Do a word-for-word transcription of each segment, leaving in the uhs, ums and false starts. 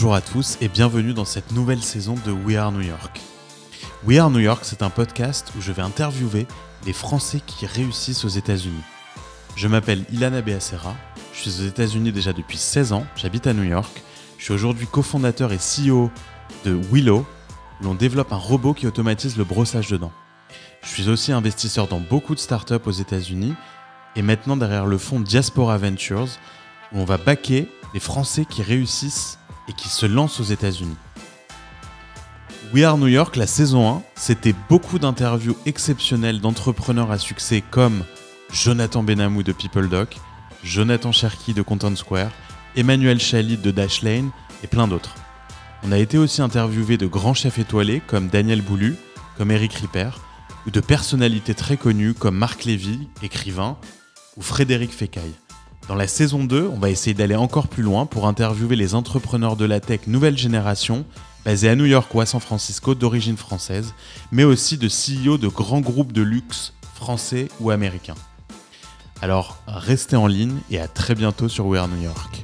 Bonjour à tous et bienvenue dans cette nouvelle saison de We Are New York. We Are New York, c'est un podcast où je vais interviewer les Français qui réussissent aux États-Unis. Je m'appelle Ilana Beacera, je suis aux États-Unis déjà depuis seize ans, j'habite à New York. Je suis aujourd'hui cofondateur et C E O de Willow, où l'on développe un robot qui automatise le brossage de dents. Je suis aussi investisseur dans beaucoup de startups aux États-Unis et maintenant derrière le fonds Diaspora Ventures, où on va backer les Français qui réussissent et qui se lancent aux États-Unis. We Are New York, la saison un, c'était beaucoup d'interviews exceptionnelles d'entrepreneurs à succès comme Jonathan Benamou de PeopleDoc, Jonathan Cherki de Content Square, Emmanuel Chalit de Dashlane et plein d'autres. On a été aussi interviewé de grands chefs étoilés comme Daniel Boulu, comme Eric Ripper, ou de personnalités très connues comme Marc Lévy, écrivain, ou Frédéric Fécaille. Dans la saison deux, on va essayer d'aller encore plus loin pour interviewer les entrepreneurs de la tech nouvelle génération, basés à New York ou à San Francisco d'origine française, mais aussi de C E O de grands groupes de luxe français ou américains. Alors, restez en ligne et à très bientôt sur We Are New York.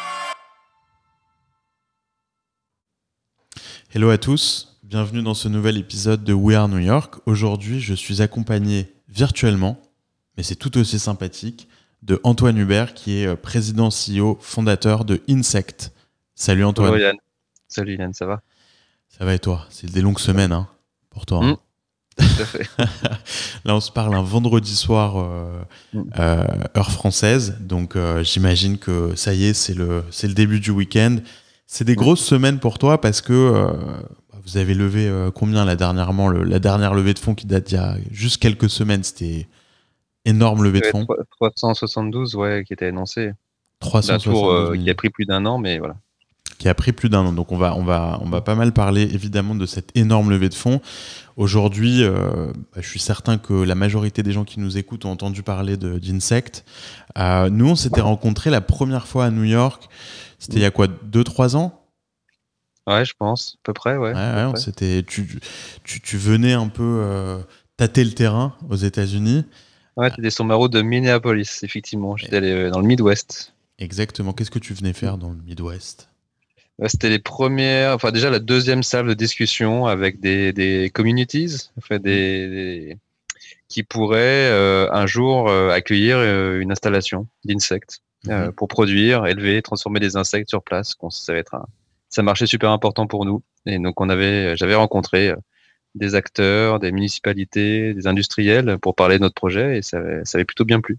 Hello à tous, bienvenue dans ce nouvel épisode de We Are New York. Aujourd'hui, je suis accompagné virtuellement, mais c'est tout aussi sympathique, de Antoine Hubert, qui est président C E O, fondateur de Insect. Salut Antoine. Bonjour Yann. Salut Yann, ça va? Ça va et toi? C'est des longues semaines hein, pour toi. Hein. Mmh, tout à fait. Là, on se parle un vendredi soir, euh, mmh. euh, heure française. Donc, euh, j'imagine que ça y est, c'est le, c'est le début du week-end. C'est des mmh. grosses semaines pour toi parce que euh, vous avez levé euh, combien là dernièrement le, la dernière levée de fonds qui date d'il y a juste quelques semaines, c'était énorme levée de fonds. trois cent soixante-douze, ouais, qui était annoncé. trois cent soixante-douze tour euh, qui a pris plus d'un an, mais voilà. Qui a pris plus d'un an. Donc on va, on va, on va pas mal parler évidemment de cette énorme levée de fonds. Aujourd'hui, euh, bah, je suis certain que la majorité des gens qui nous écoutent ont entendu parler de, d'Insect. Euh, nous, on s'était rencontrés la première fois à New York. C'était il y a quoi, deux trois ans? Ouais, je pense, à peu près, ouais. ouais, ouais on s'était, tu, tu, tu venais un peu euh, tâter le terrain aux États-Unis. Ouais, tu étais sur ma route de Minneapolis, effectivement. J'étais allé dans le Midwest. Exactement. Qu'est-ce que tu venais faire dans le Midwest? C'était les premières, enfin déjà la deuxième salle de discussion avec des, des communities, en fait, des, des, qui pourraient euh, un jour euh, accueillir euh, une installation d'insectes euh, mm-hmm. pour produire, élever, transformer des insectes sur place. Bon, ça va être un, ça marchait super important pour nous. Et donc on avait, j'avais rencontré euh, des acteurs, des municipalités, des industriels pour parler de notre projet et ça, ça avait plutôt bien plu.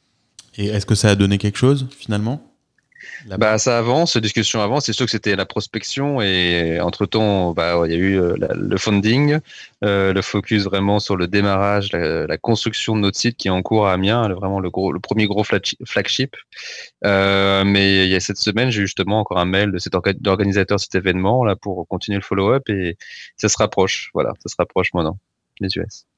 Et est-ce que ça a donné quelque chose finalement? Bah, ça avance, discussion avance. C'est sûr que c'était la prospection et entre-temps, bah, il y a eu euh, la, le funding, euh, le focus vraiment sur le démarrage, la, la construction de notre site qui est en cours à Amiens, le, vraiment le, gros, le premier gros flagship. Euh, mais il y a cette semaine, j'ai justement encore un mail de cet orga- d'organisateur de cet événement là pour continuer le follow-up et ça se rapproche. Voilà, ça se rapproche maintenant, les U S.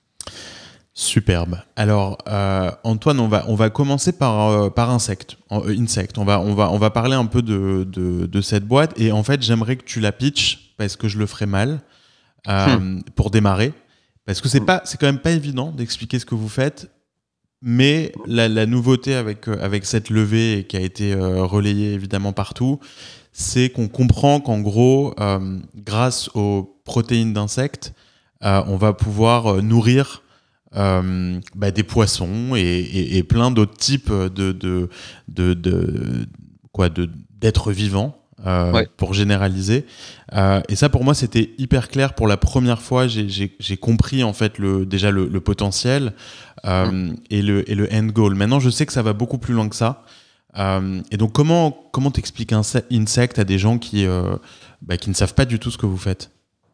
Superbe. Alors euh, Antoine, on va on va commencer par euh, par Insect. Euh, Insect. On va on va on va parler un peu de, de de cette boîte et en fait j'aimerais que tu la pitches parce que je le ferai mal euh, hmm. pour démarrer parce que c'est hmm. pas c'est quand même pas évident d'expliquer ce que vous faites. Mais la, la nouveauté avec avec cette levée qui a été euh, relayée évidemment partout, c'est qu'on comprend qu'en gros, euh, grâce aux protéines d'insectes, euh, on va pouvoir euh, nourrir Euh, bah, des poissons et, et, et plein d'autres types de, de, de, de, quoi, de, d'êtres vivants euh, ouais. pour généraliser. Euh, et ça, pour moi, c'était hyper clair. Pour la première fois, j'ai, j'ai, j'ai compris en fait le, déjà le, le potentiel euh, mmh. et, le, et le end goal. Maintenant, je sais que ça va beaucoup plus loin que ça. Euh, et donc, comment, comment t'expliques un Insect à des gens qui, euh, bah, qui ne savent pas du tout ce que vous faites?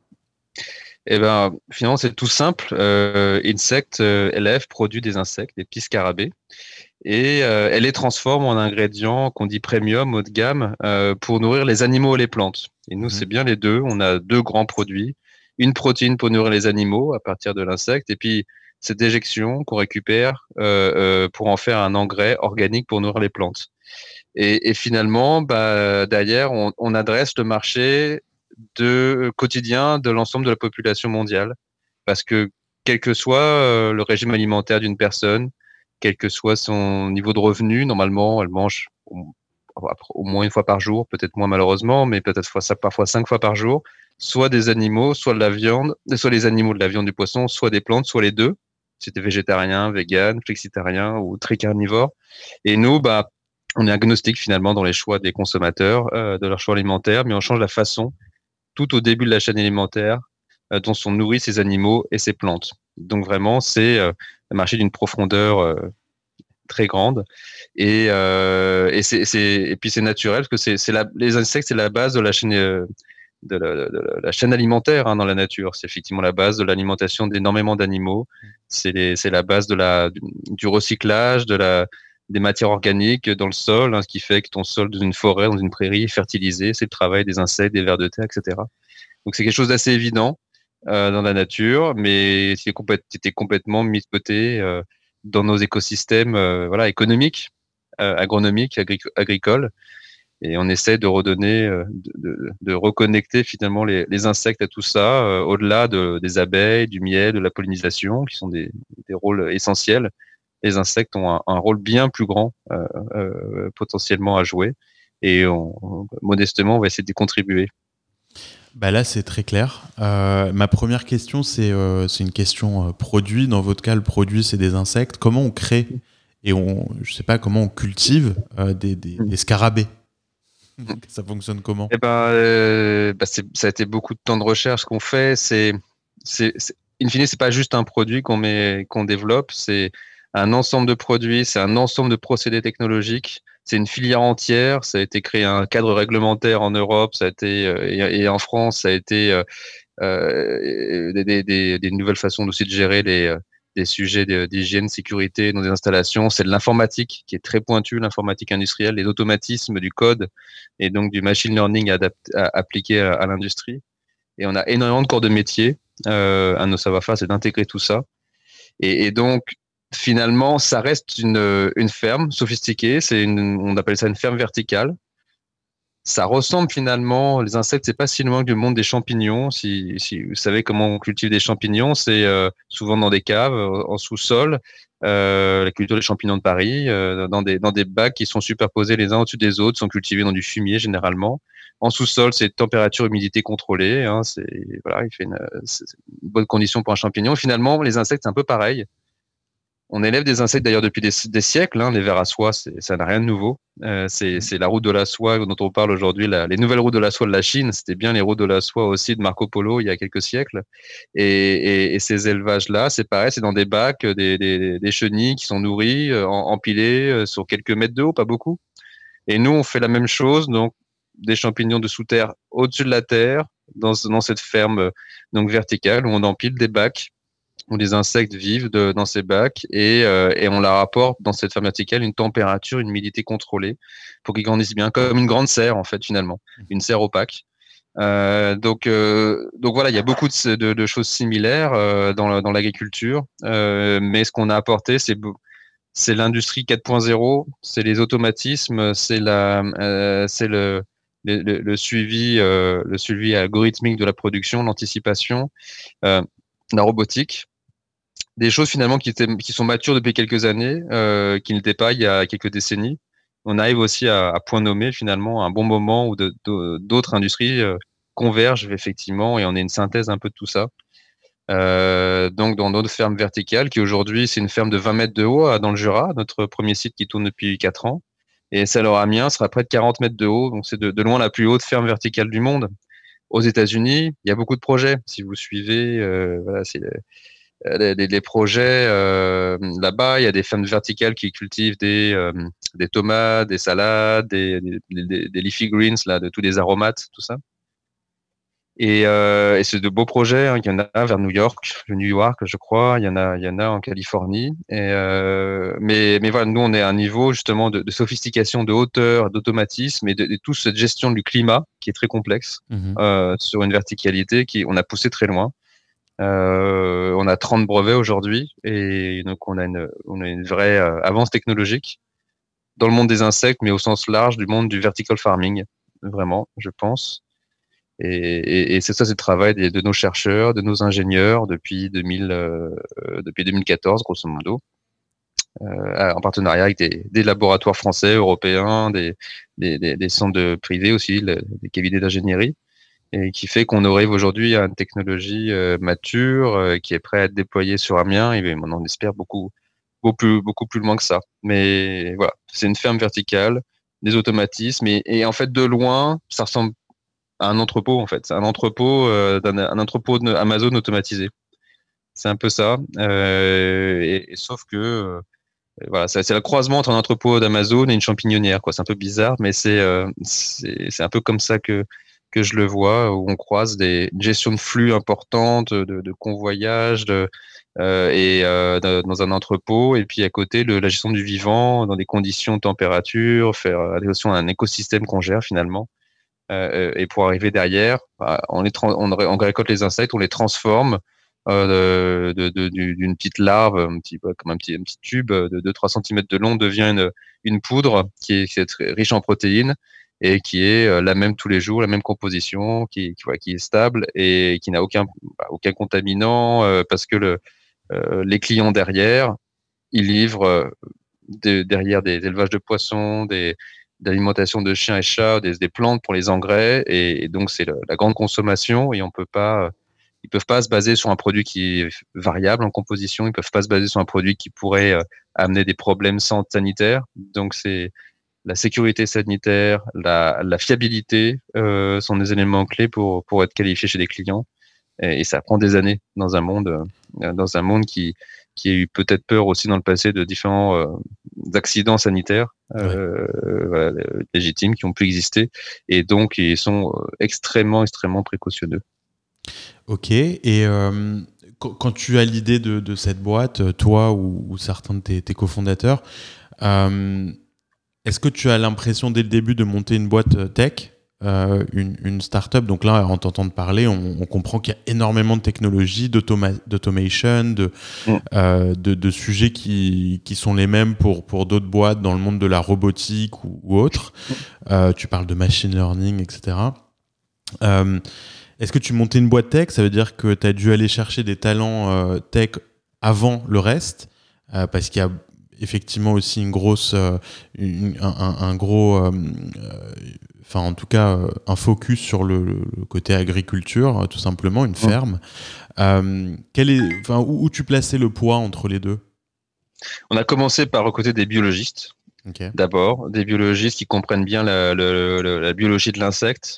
Eh ben, finalement, c'est tout simple. Euh, Insect euh, L F produit des insectes, des petits scarabées, et euh, elle les transforme en ingrédients qu'on dit premium, haut de gamme, euh, pour nourrir les animaux et les plantes. Et nous, mmh. c'est bien les deux. On a deux grands produits. Une protéine pour nourrir les animaux à partir de l'insecte, et puis cette déjection qu'on récupère euh, euh, pour en faire un engrais organique pour nourrir les plantes. Et, et finalement, bah, derrière, on, on adresse le marché de quotidien de l'ensemble de la population mondiale, parce que quel que soit euh, le régime alimentaire d'une personne, quel que soit son niveau de revenu, normalement, elle mange au moins une fois par jour, peut-être moins malheureusement, mais peut-être fois, parfois cinq fois par jour, soit des animaux, soit de la viande, soit les animaux, de la viande, du poisson, soit des plantes, soit les deux. Si t'es végétarien, vegan, flexitarien ou très carnivore. Et nous, bah, on est agnostique finalement dans les choix des consommateurs, euh, de leur choix alimentaire, mais on change la façon, tout au début de la chaîne alimentaire, euh, dont sont nourris ces animaux et ces plantes. Donc vraiment, c'est euh, un marché d'une profondeur euh, très grande. Et, euh, et, c'est, c'est, et puis c'est naturel, parce que c'est, c'est la, les insectes, c'est la base de la chaîne, euh, de la, de la chaîne alimentaire hein, dans la nature. C'est effectivement la base de l'alimentation d'énormément d'animaux. C'est, les, c'est la base de la, du recyclage, de la, des matières organiques dans le sol, hein, ce qui fait que ton sol dans une forêt, dans une prairie est fertilisé. C'est le travail des insectes, des vers de terre, et cetera. Donc c'est quelque chose d'assez évident euh, dans la nature, mais c'est complète, c'était complètement mis de côté euh, dans nos écosystèmes euh, voilà, économiques, euh, agronomiques, agric- agricoles. Et on essaie de redonner, euh, de, de, de reconnecter finalement les, les insectes à tout ça, euh, au-delà de, des abeilles, du miel, de la pollinisation, qui sont des, des rôles essentiels. Les insectes ont un, un rôle bien plus grand euh, euh, potentiellement à jouer. Et on, on, modestement, on va essayer d'y contribuer. Bah là, c'est très clair. Euh, ma première question, c'est, euh, c'est une question euh, produit. Dans votre cas, le produit, c'est des insectes. Comment on crée et on, je sais pas, comment on cultive euh, des, des, des scarabées? Ça fonctionne comment? Eh ben, euh, bah c'est, ça a été beaucoup de temps de recherche qu'on fait. C'est, c'est, c'est, in fine, c'est pas juste un produit qu'on met, qu'on développe. C'est un ensemble de produits, c'est un ensemble de procédés technologiques. C'est une filière entière. Ça a été créé un cadre réglementaire en Europe. Ça a été euh, et, et en France, ça a été euh, euh, des, des, des nouvelles façons aussi de gérer les euh, des sujets d'hygiène, sécurité dans des installations. C'est de l'informatique qui est très pointue, l'informatique industrielle, les automatismes du code et donc du machine learning adapté, à, appliqué à, à l'industrie. Et on a énormément de corps de métier. Euh, un de nos savoir-faire, c'est d'intégrer tout ça. Et, et donc, finalement, ça reste une, une ferme sophistiquée. C'est une, on appelle ça une ferme verticale. Ça ressemble finalement, les insectes, c'est pas si loin du monde des champignons. Si, si vous savez comment on cultive des champignons, c'est euh, souvent dans des caves, euh, en sous-sol, euh, la culture des champignons de Paris, euh, dans des dans des bacs qui sont superposés les uns au-dessus des autres, sont cultivés dans du fumier généralement. En sous-sol, c'est température, humidité contrôlée. Hein, c'est voilà, il fait une, c'est une bonne condition pour un champignon. Finalement, les insectes, c'est un peu pareil. On élève des insectes d'ailleurs depuis des, des siècles. Hein. Les vers à soie, ça n'a rien de nouveau. Euh, c'est, c'est la route de la soie dont on parle aujourd'hui. La, les nouvelles routes de la soie de la Chine, c'était bien les routes de la soie aussi de Marco Polo il y a quelques siècles. Et, et, et ces élevages-là, c'est pareil, c'est dans des bacs, des, des, des chenilles qui sont nourries, euh, empilées euh, sur quelques mètres de haut, pas beaucoup. Et nous, on fait la même chose, donc des champignons de sous terre au-dessus de la terre, dans, dans cette ferme donc verticale où on empile des bacs où les insectes vivent de, dans ces bacs et, euh, et on leur apporte dans cette ferme verticale une température, une humidité contrôlée pour qu'ils grandissent bien, comme une grande serre en fait finalement, une serre opaque. Euh, donc, euh, donc voilà, il y a beaucoup de, de, de choses similaires euh, dans, dans l'agriculture, euh, mais ce qu'on a apporté, c'est c'est l'industrie quatre point zéro, c'est les automatismes, c'est la, euh, c'est le, le, le suivi, euh, le suivi algorithmique de la production, l'anticipation, euh, la robotique. Des choses finalement qui, étaient, qui sont matures depuis quelques années, euh, qui n'étaient pas il y a quelques décennies. On arrive aussi à, à point nommé finalement un bon moment où de, de, d'autres industries euh, convergent effectivement et on est une synthèse un peu de tout ça. Euh, donc dans notre ferme verticale qui aujourd'hui c'est une ferme de vingt mètres de haut dans le Jura, notre premier site qui tourne depuis quatre ans. Et celle au Amiens sera près de quarante mètres de haut, donc c'est de, de loin la plus haute ferme verticale du monde. Aux États-Unis, il y a beaucoup de projets. Si vous suivez, euh, voilà, c'est les, les, les projets euh, là-bas, il y a des fermes verticales qui cultivent des, euh, des tomates, des salades, des, des, des, des leafy greens, là, de tous les aromates, tout ça. Et, euh, et c'est de beaux projets. Hein. Il y en a vers New York, le New York, je crois. Il y en a, il y en a en Californie. Et euh, mais, mais voilà, nous on est à un niveau justement de, de sophistication, de hauteur, d'automatisme et de, de toute cette gestion du climat qui est très complexe mmh. euh, sur une verticalité qui on a poussé très loin. Euh, on a trente brevets aujourd'hui et donc on a une, on a une vraie euh, avance technologique dans le monde des insectes, mais au sens large du monde du vertical farming, vraiment, je pense. Et, et, et c'est ça, c'est le travail de, de nos chercheurs, de nos ingénieurs depuis deux mille, euh, depuis deux mille quatorze, grosso modo. euh, en partenariat avec des, des laboratoires français, européens, des, des, des, des centres de privés aussi, le, des cabinets d'ingénierie, et qui fait qu'on arrive aujourd'hui à une technologie euh, mature, euh, qui est prête à être déployée sur Amiens, et on en espère beaucoup, beaucoup plus, beaucoup plus loin que ça. Mais voilà, c'est une ferme verticale, des automatismes, et, et en fait, de loin, ça ressemble à un entrepôt, en fait. C'est un entrepôt, euh, d'un, un entrepôt de Amazon automatisé. C'est un peu ça. Euh, et, et sauf que, euh, voilà, c'est, c'est le croisement entre un entrepôt d'Amazon et une champignonnière, quoi. C'est un peu bizarre, mais c'est, euh, c'est, c'est un peu comme ça que, que je le vois, où on croise des une gestion de flux importante, de, de convoyage, de, euh, et euh, de- dans un entrepôt, et puis à côté le, la gestion du vivant dans des conditions de température, faire attention à un écosystème qu'on gère finalement. Euh, et pour arriver derrière, bah, on, les tra- on, on récolte les insectes, on les transforme euh, de, de, de- d'une petite larve, un petit, comme un petit, un petit tube de deux trois centimètres de long, devient une, une poudre qui est, qui est très riche en protéines et qui est euh, la même tous les jours, la même composition, qui, qui, voilà, qui est stable et qui n'a aucun, bah, aucun contaminant euh, parce que le, euh, les clients derrière, ils livrent euh, de, derrière des élevages de poissons, des d'alimentation de chiens et chats, des, des plantes pour les engrais, et, et donc c'est le, la grande consommation, et on peut pas, ils peuvent pas se baser sur un produit qui est variable en composition, ils peuvent pas se baser sur un produit qui pourrait euh, amener des problèmes sanitaires. Donc c'est la sécurité sanitaire, la, la fiabilité euh, sont des éléments clés pour pour être qualifié chez des clients, et, et ça prend des années dans un monde euh, dans un monde qui qui a eu peut-être peur aussi dans le passé de différents euh, accidents sanitaires Ouais. euh, voilà, légitimes qui ont pu exister, et donc ils sont euh, extrêmement extrêmement précautionneux. Ok. Et euh, quand, quand tu as l'idée de, de cette boîte, euh, toi ou, ou certains de tes, tes cofondateurs, euh, est-ce que tu as l'impression dès le début de monter une boîte euh, tech, euh, une, une start-up? Donc là, en t'entendant parler, on, on comprend qu'il y a énormément de technologies, d'automa- d'automation, de, Mm. euh, de, de sujets qui, qui sont les mêmes pour, pour d'autres boîtes dans le monde de la robotique ou, ou autre. Euh, tu parles de machine learning, et cetera. Euh, Est-ce que tu montais une boîte tech? Ça veut dire que tu as dû aller chercher des talents euh, tech avant le reste, euh, parce qu'il y a effectivement aussi une grosse, euh, une- un, un- un gros, euh, euh, enfin en tout cas euh, un focus sur le, le côté agriculture, euh, tout simplement, une Mm. ferme. Euh, quel est, enfin, où, où tu plaçais le poids entre les deux? On a commencé par recruter des biologistes Ok. d'abord, des biologistes qui comprennent bien la, le- le- la biologie de l'insecte.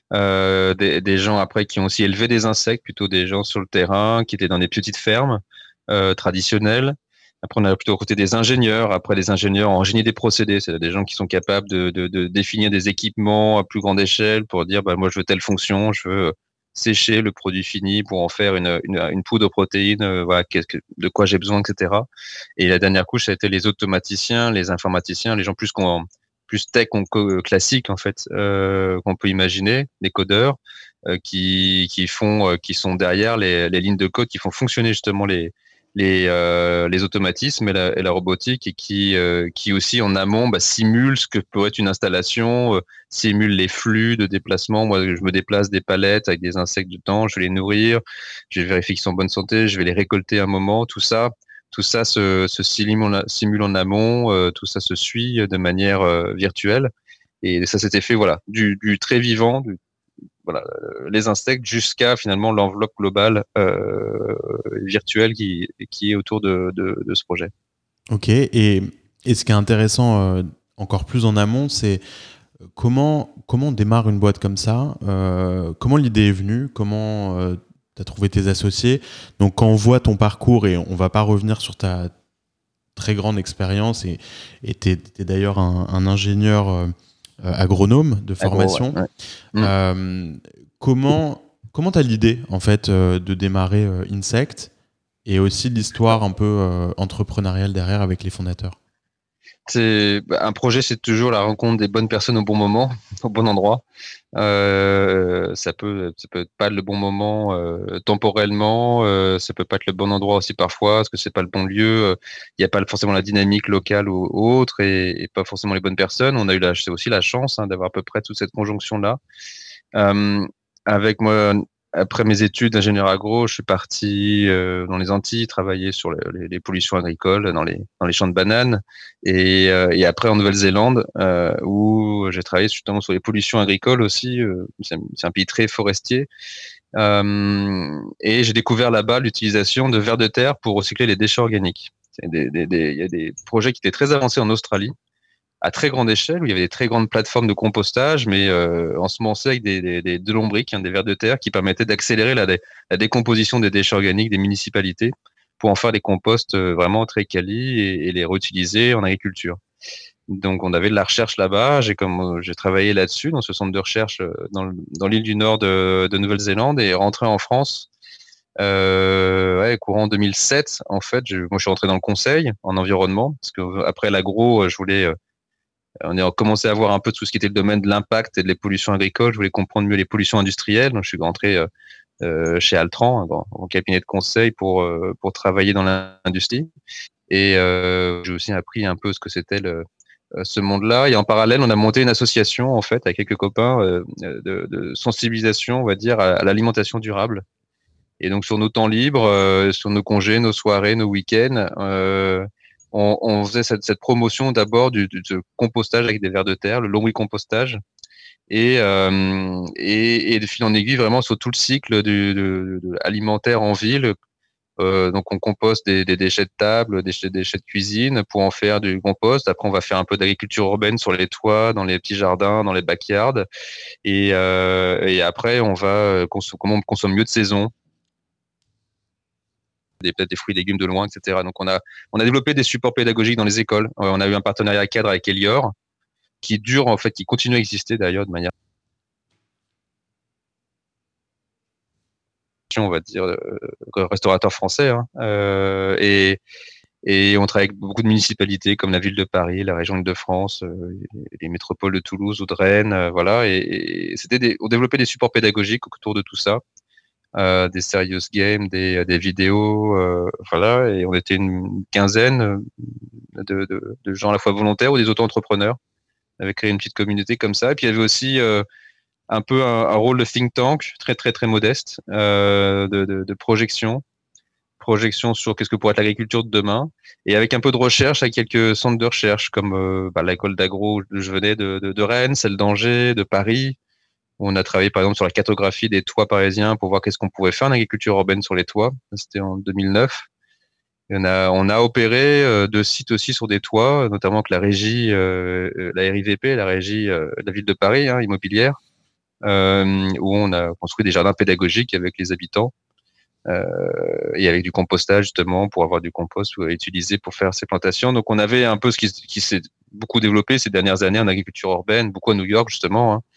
Euh, des, des gens après qui ont aussi élevé des insectes, plutôt des gens sur le terrain, qui étaient dans des petites fermes euh, traditionnelles. Après, on a plutôt recruté des ingénieurs, après des ingénieurs en génie des procédés, c'est des gens qui sont capables de, de, de définir des équipements à plus grande échelle pour dire, bah, moi, je veux telle fonction, je veux sécher le produit fini pour en faire une, une, une poudre de protéines, euh, voilà, qu'est-ce que, de quoi j'ai besoin, et cetera. Et la dernière couche, ça a été les automaticiens, les informaticiens, les gens plus qu'on plus tech qu'on co- classique en fait euh, qu'on peut imaginer, des codeurs euh, qui qui font euh, qui sont derrière les, les lignes de code qui font fonctionner justement les les euh, les automatismes et la, et la robotique, et qui euh, qui aussi en amont bah, simulent ce que pourrait être une installation, euh, simulent les flux de déplacement. Moi, je me déplace des palettes avec des insectes dedans, je vais les nourrir, je vérifie qu'ils sont en bonne santé, je vais les récolter un moment, tout ça tout ça se, se simule, en, simule en amont, euh, tout ça se suit de manière euh, virtuelle. Et ça s'était fait voilà, du, du très vivant, du, voilà, euh, les insectes, jusqu'à finalement l'enveloppe globale euh, virtuelle qui, qui est autour de, de, de ce projet. Ok. Et, et ce qui est intéressant, euh, encore plus en amont, c'est comment, comment on démarre une boîte comme ça. Euh, comment l'idée est venue? Comment euh, tu as trouvé tes associés? Donc, quand on voit ton parcours, et on va pas revenir sur ta très grande expérience, et tu es d'ailleurs un, un ingénieur euh, agronome de Agro, ouais. formation. Ouais. Mm. Euh, comment comment tu as l'idée en fait euh, de démarrer euh, Insect, et aussi l'histoire un peu euh, entrepreneuriale derrière avec les fondateurs? C'est bah, un projet, c'est toujours la rencontre des bonnes personnes au bon moment, au bon endroit. Euh, ça peut, ça peut être pas le bon moment euh, temporellement, euh, ça peut pas être le bon endroit aussi parfois, parce que c'est pas le bon lieu. Il n'y a pas forcément la dynamique locale ou, ou autre, et, et pas forcément les bonnes personnes. On a eu la, c'est aussi la chance hein, d'avoir à peu près toute cette conjonction là. Euh, avec moi, après mes études d'ingénieur agro, je suis parti euh, dans les Antilles, travailler sur les, les, les pollutions agricoles dans les, dans les champs de bananes. Et, euh, et après en Nouvelle-Zélande, euh, où j'ai travaillé justement sur les pollutions agricoles aussi. Euh, c'est, un, c'est un pays très forestier. Euh, et j'ai découvert là-bas l'utilisation de vers de terre pour recycler les déchets organiques. Il des, des, des, y a des projets qui étaient très avancés en Australie, à très grande échelle, où il y avait des très grandes plateformes de compostage, mais euh, ensemencées avec des, des, des, de lombriques, hein, des vers de terre, qui permettaient d'accélérer la, la décomposition des déchets organiques des municipalités pour en faire des composts vraiment très quali et, et les réutiliser en agriculture. Donc, on avait de la recherche là-bas. J'ai comme j'ai travaillé là-dessus dans ce centre de recherche dans, le, dans l'île du Nord de, de Nouvelle-Zélande et rentré en France. Euh, ouais, courant deux mille sept, en fait, je, moi, je suis rentré dans le conseil en environnement parce que après l'agro, je voulais on a commencé à voir un peu tout ce qui était le domaine de l'impact et de les pollutions agricoles. Je voulais comprendre mieux les pollutions industrielles. Donc, je suis rentré euh, chez Altran, un grand, un cabinet de conseil pour euh, pour travailler dans l'industrie. Et euh, j'ai aussi appris un peu ce que c'était le ce monde-là. Et en parallèle, on a monté une association, en fait, avec quelques copains, euh, de, de sensibilisation, on va dire, à, à l'alimentation durable. Et donc, sur nos temps libres, euh, sur nos congés, nos soirées, nos week-ends, euh, on, on faisait cette, cette promotion d'abord du, du, du compostage avec des vers de terre, le lombricompostage. Et, euh, et, et de fil en aiguille, vraiment sur tout le cycle du, de, de, alimentaire en ville. Euh, donc, on composte des, des déchets de table, des déchets, des déchets de cuisine pour en faire du compost. Après, on va faire un peu d'agriculture urbaine sur les toits, dans les petits jardins, dans les backyards. Et, euh, et après, on va consommer, comment on consomme mieux de saison. Des, peut-être des fruits et légumes de loin, et cetera. Donc, on a, on a développé des supports pédagogiques dans les écoles. Euh, on a eu un partenariat cadre avec Elior, qui dure, en fait, qui continue à exister d'ailleurs de manière, on va dire, euh, restaurateur français. Hein. Euh, et, et on travaille avec beaucoup de municipalités comme la ville de Paris, la région Île-de-France, euh, les métropoles de Toulouse ou de Rennes. Euh, voilà. Et, et c'était des, on développait des supports pédagogiques autour de tout ça. Euh, des serious games, des, des vidéos, euh, voilà, et on était une quinzaine de, de, de gens à la fois volontaires ou des auto-entrepreneurs. On avait créé une petite communauté comme ça. Et puis il y avait aussi euh, un peu un, un rôle de think tank, très très très modeste, euh, de, de, de projection, projection sur qu'est-ce que pourrait être l'agriculture de demain, et avec un peu de recherche, avec quelques centres de recherche comme euh, bah, l'école d'agro où je venais de, de, de Rennes, celle d'Angers, de Paris. On a travaillé par exemple sur la cartographie des toits parisiens pour voir qu'est-ce qu'on pouvait faire en agriculture urbaine sur les toits. C'était en deux mille neuf. Et on a on a opéré euh, deux sites aussi sur des toits, notamment avec la régie, euh, la R I V P, la régie euh, de la ville de Paris, hein, immobilière, euh, où on a construit des jardins pédagogiques avec les habitants euh, et avec du compostage justement pour avoir du compost utilisé pour faire ces plantations. Donc on avait un peu ce qui, qui s'est beaucoup développé ces dernières années en agriculture urbaine, beaucoup à New York justement. Hein.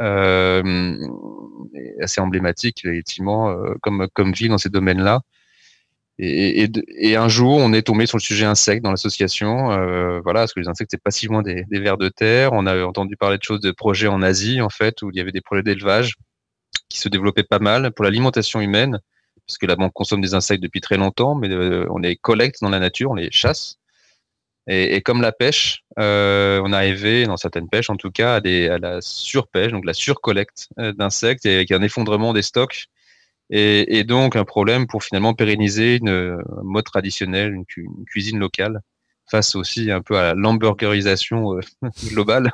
Euh, assez emblématique effectivement euh, comme comme ville dans ces domaines-là. Et, et, et un jour, on est tombé sur le sujet insectes dans l'association. Euh, voilà, parce que les insectes c'est pas si loin des, des vers de terre. On avait entendu parler de choses, de projets en Asie en fait, où il y avait des projets d'élevage qui se développaient pas mal pour l'alimentation humaine, parce que là, on consomme des insectes depuis très longtemps, mais euh, on les collecte dans la nature, on les chasse. Et, et comme la pêche, euh, on arrivait, dans certaines pêches en tout cas, à, des, à la surpêche, donc la surcollecte euh, d'insectes, et avec un effondrement des stocks, et, et donc un problème pour finalement pérenniser une, un mode traditionnel, une, cu- une cuisine locale, face aussi un peu à l'hamburgerisation euh, globale.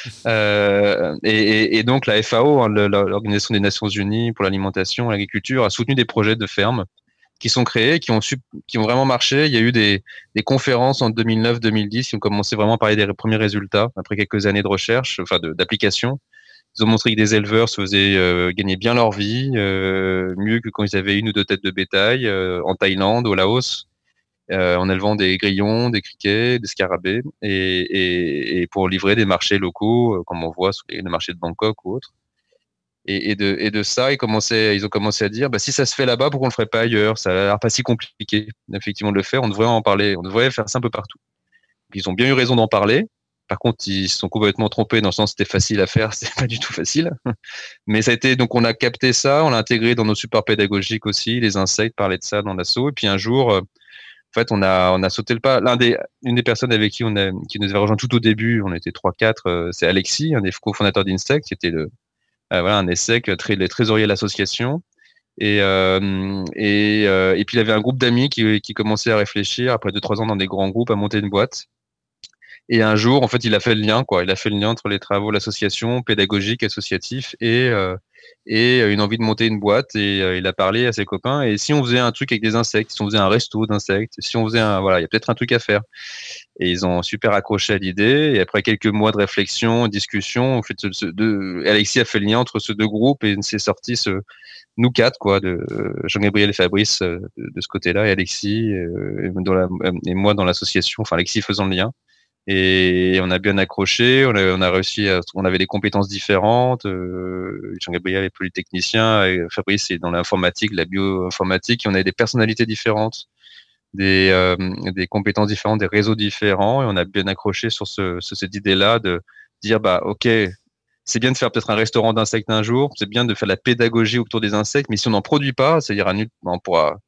Euh, et, et, et donc la F A O, hein, le- l'Organisation des Nations Unies pour l'alimentation et l'agriculture, a soutenu des projets de fermes qui sont créés, qui ont, su, qui ont vraiment marché. Il y a eu des, des conférences en deux mille neuf deux mille dix qui ont commencé vraiment à parler des premiers résultats après quelques années de recherche, enfin de- d'application. Ils ont montré que des éleveurs se faisaient euh, gagner bien leur vie, euh, mieux que quand ils avaient une ou deux têtes de bétail, euh, en Thaïlande, au Laos, euh, en élevant des grillons, des criquets, des scarabées, et, et, et pour livrer des marchés locaux, euh, comme on voit sur les, les marchés de Bangkok ou autres. Et, et, de, et de ça, ils, commençaient, ils ont commencé à dire, bah, si ça se fait là-bas, pourquoi on le ferait pas ailleurs? Ça a l'air pas si compliqué, effectivement, de le faire. On devrait en parler. On devrait faire ça un peu partout. Ils ont bien eu raison d'en parler. Par contre, ils se sont complètement trompés dans le sens que c'était facile à faire, c'était pas du tout facile. Mais ça a été, donc on a capté ça, on l'a intégré dans nos supports pédagogiques aussi, les insectes parlaient de ça dans l'assaut. Et puis un jour, euh, en fait, on a, on a sauté le pas. L'un des, une des personnes avec qui on a, qui nous avait rejoint tout au début, on était trois, quatre, euh, c'est Alexis, un des cofondateurs d'Insect, qui était le, euh, voilà, un E S S E C, très, le trésorier de l'association. Et, euh, et, euh, et puis il avait un groupe d'amis qui, qui commençait à réfléchir après deux trois ans dans des grands groupes à monter une boîte. Et un jour, en fait, il a fait le lien, quoi. Il a fait le lien entre les travaux, l'association pédagogique, associatif et euh, et une envie de monter une boîte. Et euh, il a parlé à ses copains. Et si on faisait un truc avec des insectes, si on faisait un resto d'insectes, si on faisait un, voilà, il y a peut-être un truc à faire. Et ils ont super accroché à l'idée. Et après quelques mois de réflexion, de discussion, en fait, ce, ce, de, Alexis a fait le lien entre ces deux groupes et c'est sorti ce, nous quatre, quoi, de euh, Jean-Gabriel et Fabrice euh, de, de ce côté-là, et Alexis euh, et, dans la, et moi dans l'association. Enfin, Alexis faisant le lien. Et on a bien accroché, on a, on a réussi à, on avait des compétences différentes. Euh, Jean-Gabriel est polytechnicien, et Fabrice est dans l'informatique, la bioinformatique, et on avait des personnalités différentes, des, euh, des compétences différentes, des réseaux différents, et on a bien accroché sur, ce, sur cette idée-là de dire, bah, ok, c'est bien de faire peut-être un restaurant d'insectes un jour, c'est bien de faire de la pédagogie autour des insectes, mais si on n'en produit pas, ça ira nulle, on pourra,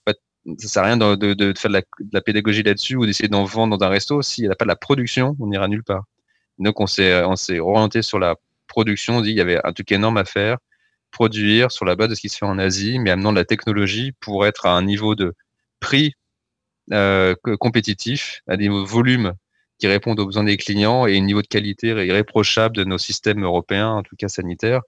ça sert à rien de, de, de faire de la, de la pédagogie là-dessus ou d'essayer d'en vendre dans un resto. S'il n'y a pas de la production, on n'ira nulle part. Donc, on s'est, on s'est orienté sur la production. On dit qu'il y avait un truc énorme à faire, produire sur la base de ce qui se fait en Asie, mais amenant de la technologie pour être à un niveau de prix euh, compétitif, à des volumes qui répondent aux besoins des clients et un niveau de qualité irréprochable de nos systèmes européens, en tout cas sanitaires.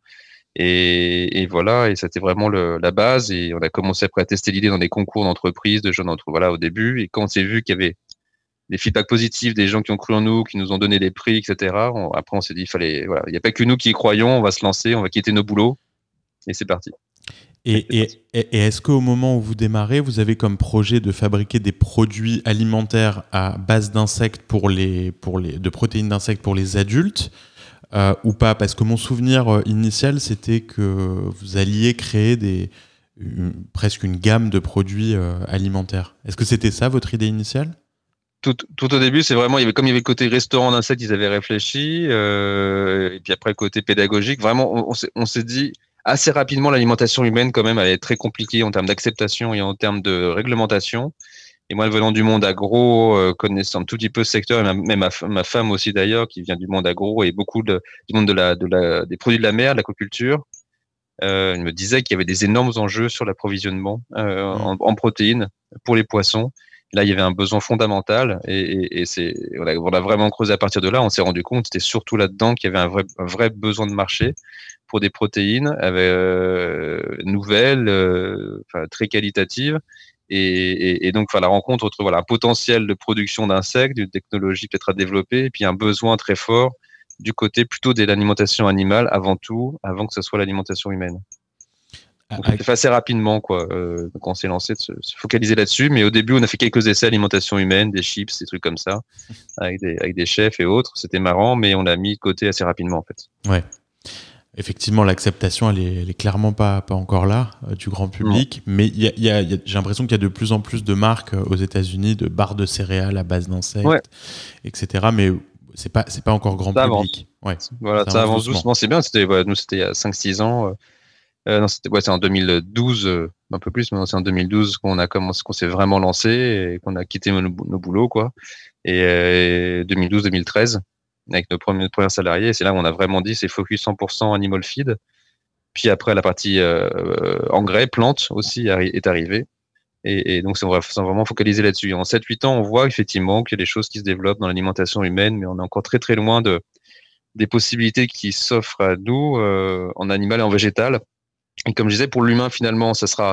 Et, et voilà, et c'était vraiment le, la base. Et on a commencé après à tester l'idée dans des concours d'entreprise, de jeunes entreprises, voilà, au début. Et quand on s'est vu qu'il y avait des feedbacks positifs, des gens qui ont cru en nous, qui nous ont donné des prix, et cetera. On, après, on s'est dit, il fallait, voilà, il n'y a pas que nous qui y croyons, on va se lancer, on va quitter nos boulots. Et c'est parti. Et, et, et est-ce qu'au moment où vous démarrez, vous avez comme projet de fabriquer des produits alimentaires à base d'insectes pour les, pour les, de protéines d'insectes pour les adultes euh, ou pas? Parce que mon souvenir initial, c'était que vous alliez créer des, une, presque une gamme de produits euh, alimentaires. Est-ce que c'était ça votre idée initiale? Tout, tout au début, c'est vraiment, il y avait, comme il y avait le côté restaurant d'insectes, ils avaient réfléchi, euh, et puis après le côté pédagogique, vraiment, on, on s'est, on s'est dit assez rapidement, l'alimentation humaine, quand même, elle est très compliquée en termes d'acceptation et en termes de réglementation. Et moi, venant du monde agro, euh, connaissant un tout petit peu ce secteur, et même ma, ma femme aussi d'ailleurs, qui vient du monde agro et beaucoup de, du monde de la, de la, des produits de la mer, de l'aquaculture, euh, elle me disait qu'il y avait des énormes enjeux sur l'approvisionnement euh, mmh. en, en protéines pour les poissons. Là, il y avait un besoin fondamental et, et, et c'est, on a, on a vraiment creusé à partir de là. On s'est rendu compte, c'était surtout là-dedans qu'il y avait un vrai, un vrai besoin de marché pour des protéines euh, nouvelles, euh, enfin, très qualitatives. Et, et, et donc, enfin, la rencontre entre voilà, un potentiel de production d'insectes, une technologie peut-être à développer, et puis un besoin très fort du côté plutôt de l'alimentation animale avant tout, avant que ce soit l'alimentation humaine. Donc, ça s'est fait assez rapidement, quoi. Euh, donc, on s'est lancé de se, se focaliser là-dessus. Mais au début, on a fait quelques essais alimentation humaine, des chips, des trucs comme ça, avec des, avec des chefs et autres. C'était marrant, mais on l'a mis de côté assez rapidement, en fait. Ouais. Effectivement, l'acceptation, elle est, elle est clairement pas, pas encore là euh, du grand public. Non. Mais y a, y a, y a, j'ai l'impression qu'il y a de plus en plus de marques euh, aux États-Unis de barres de céréales à base d'insectes, ouais. et cetera. Mais c'est pas, c'est pas encore grand ça public. Ouais. Voilà, ça, ça avance doucement. doucement. C'est bien. C'était, ouais, nous, c'était il y a cinq six ans. Euh, non, c'était, ouais, c'est en deux mille douze, euh, un peu plus, mais c'est en deux mille douze qu'on a commencé, qu'on s'est vraiment lancé et qu'on a quitté nos, nos boulots, quoi. Et euh, deux mille douze deux mille treize, avec nos premiers, nos premiers salariés. Et c'est là où on a vraiment dit, c'est focus cent pour cent animal feed. Puis après, la partie euh, engrais, plantes aussi est arrivée. Et, et donc, c'est vraiment focalisé là-dessus. Et en sept huit ans, on voit effectivement qu'il y a des choses qui se développent dans l'alimentation humaine, mais on est encore très, très loin de, des possibilités qui s'offrent à nous euh, en animal et en végétal. Et comme je disais, pour l'humain, finalement, ça sera,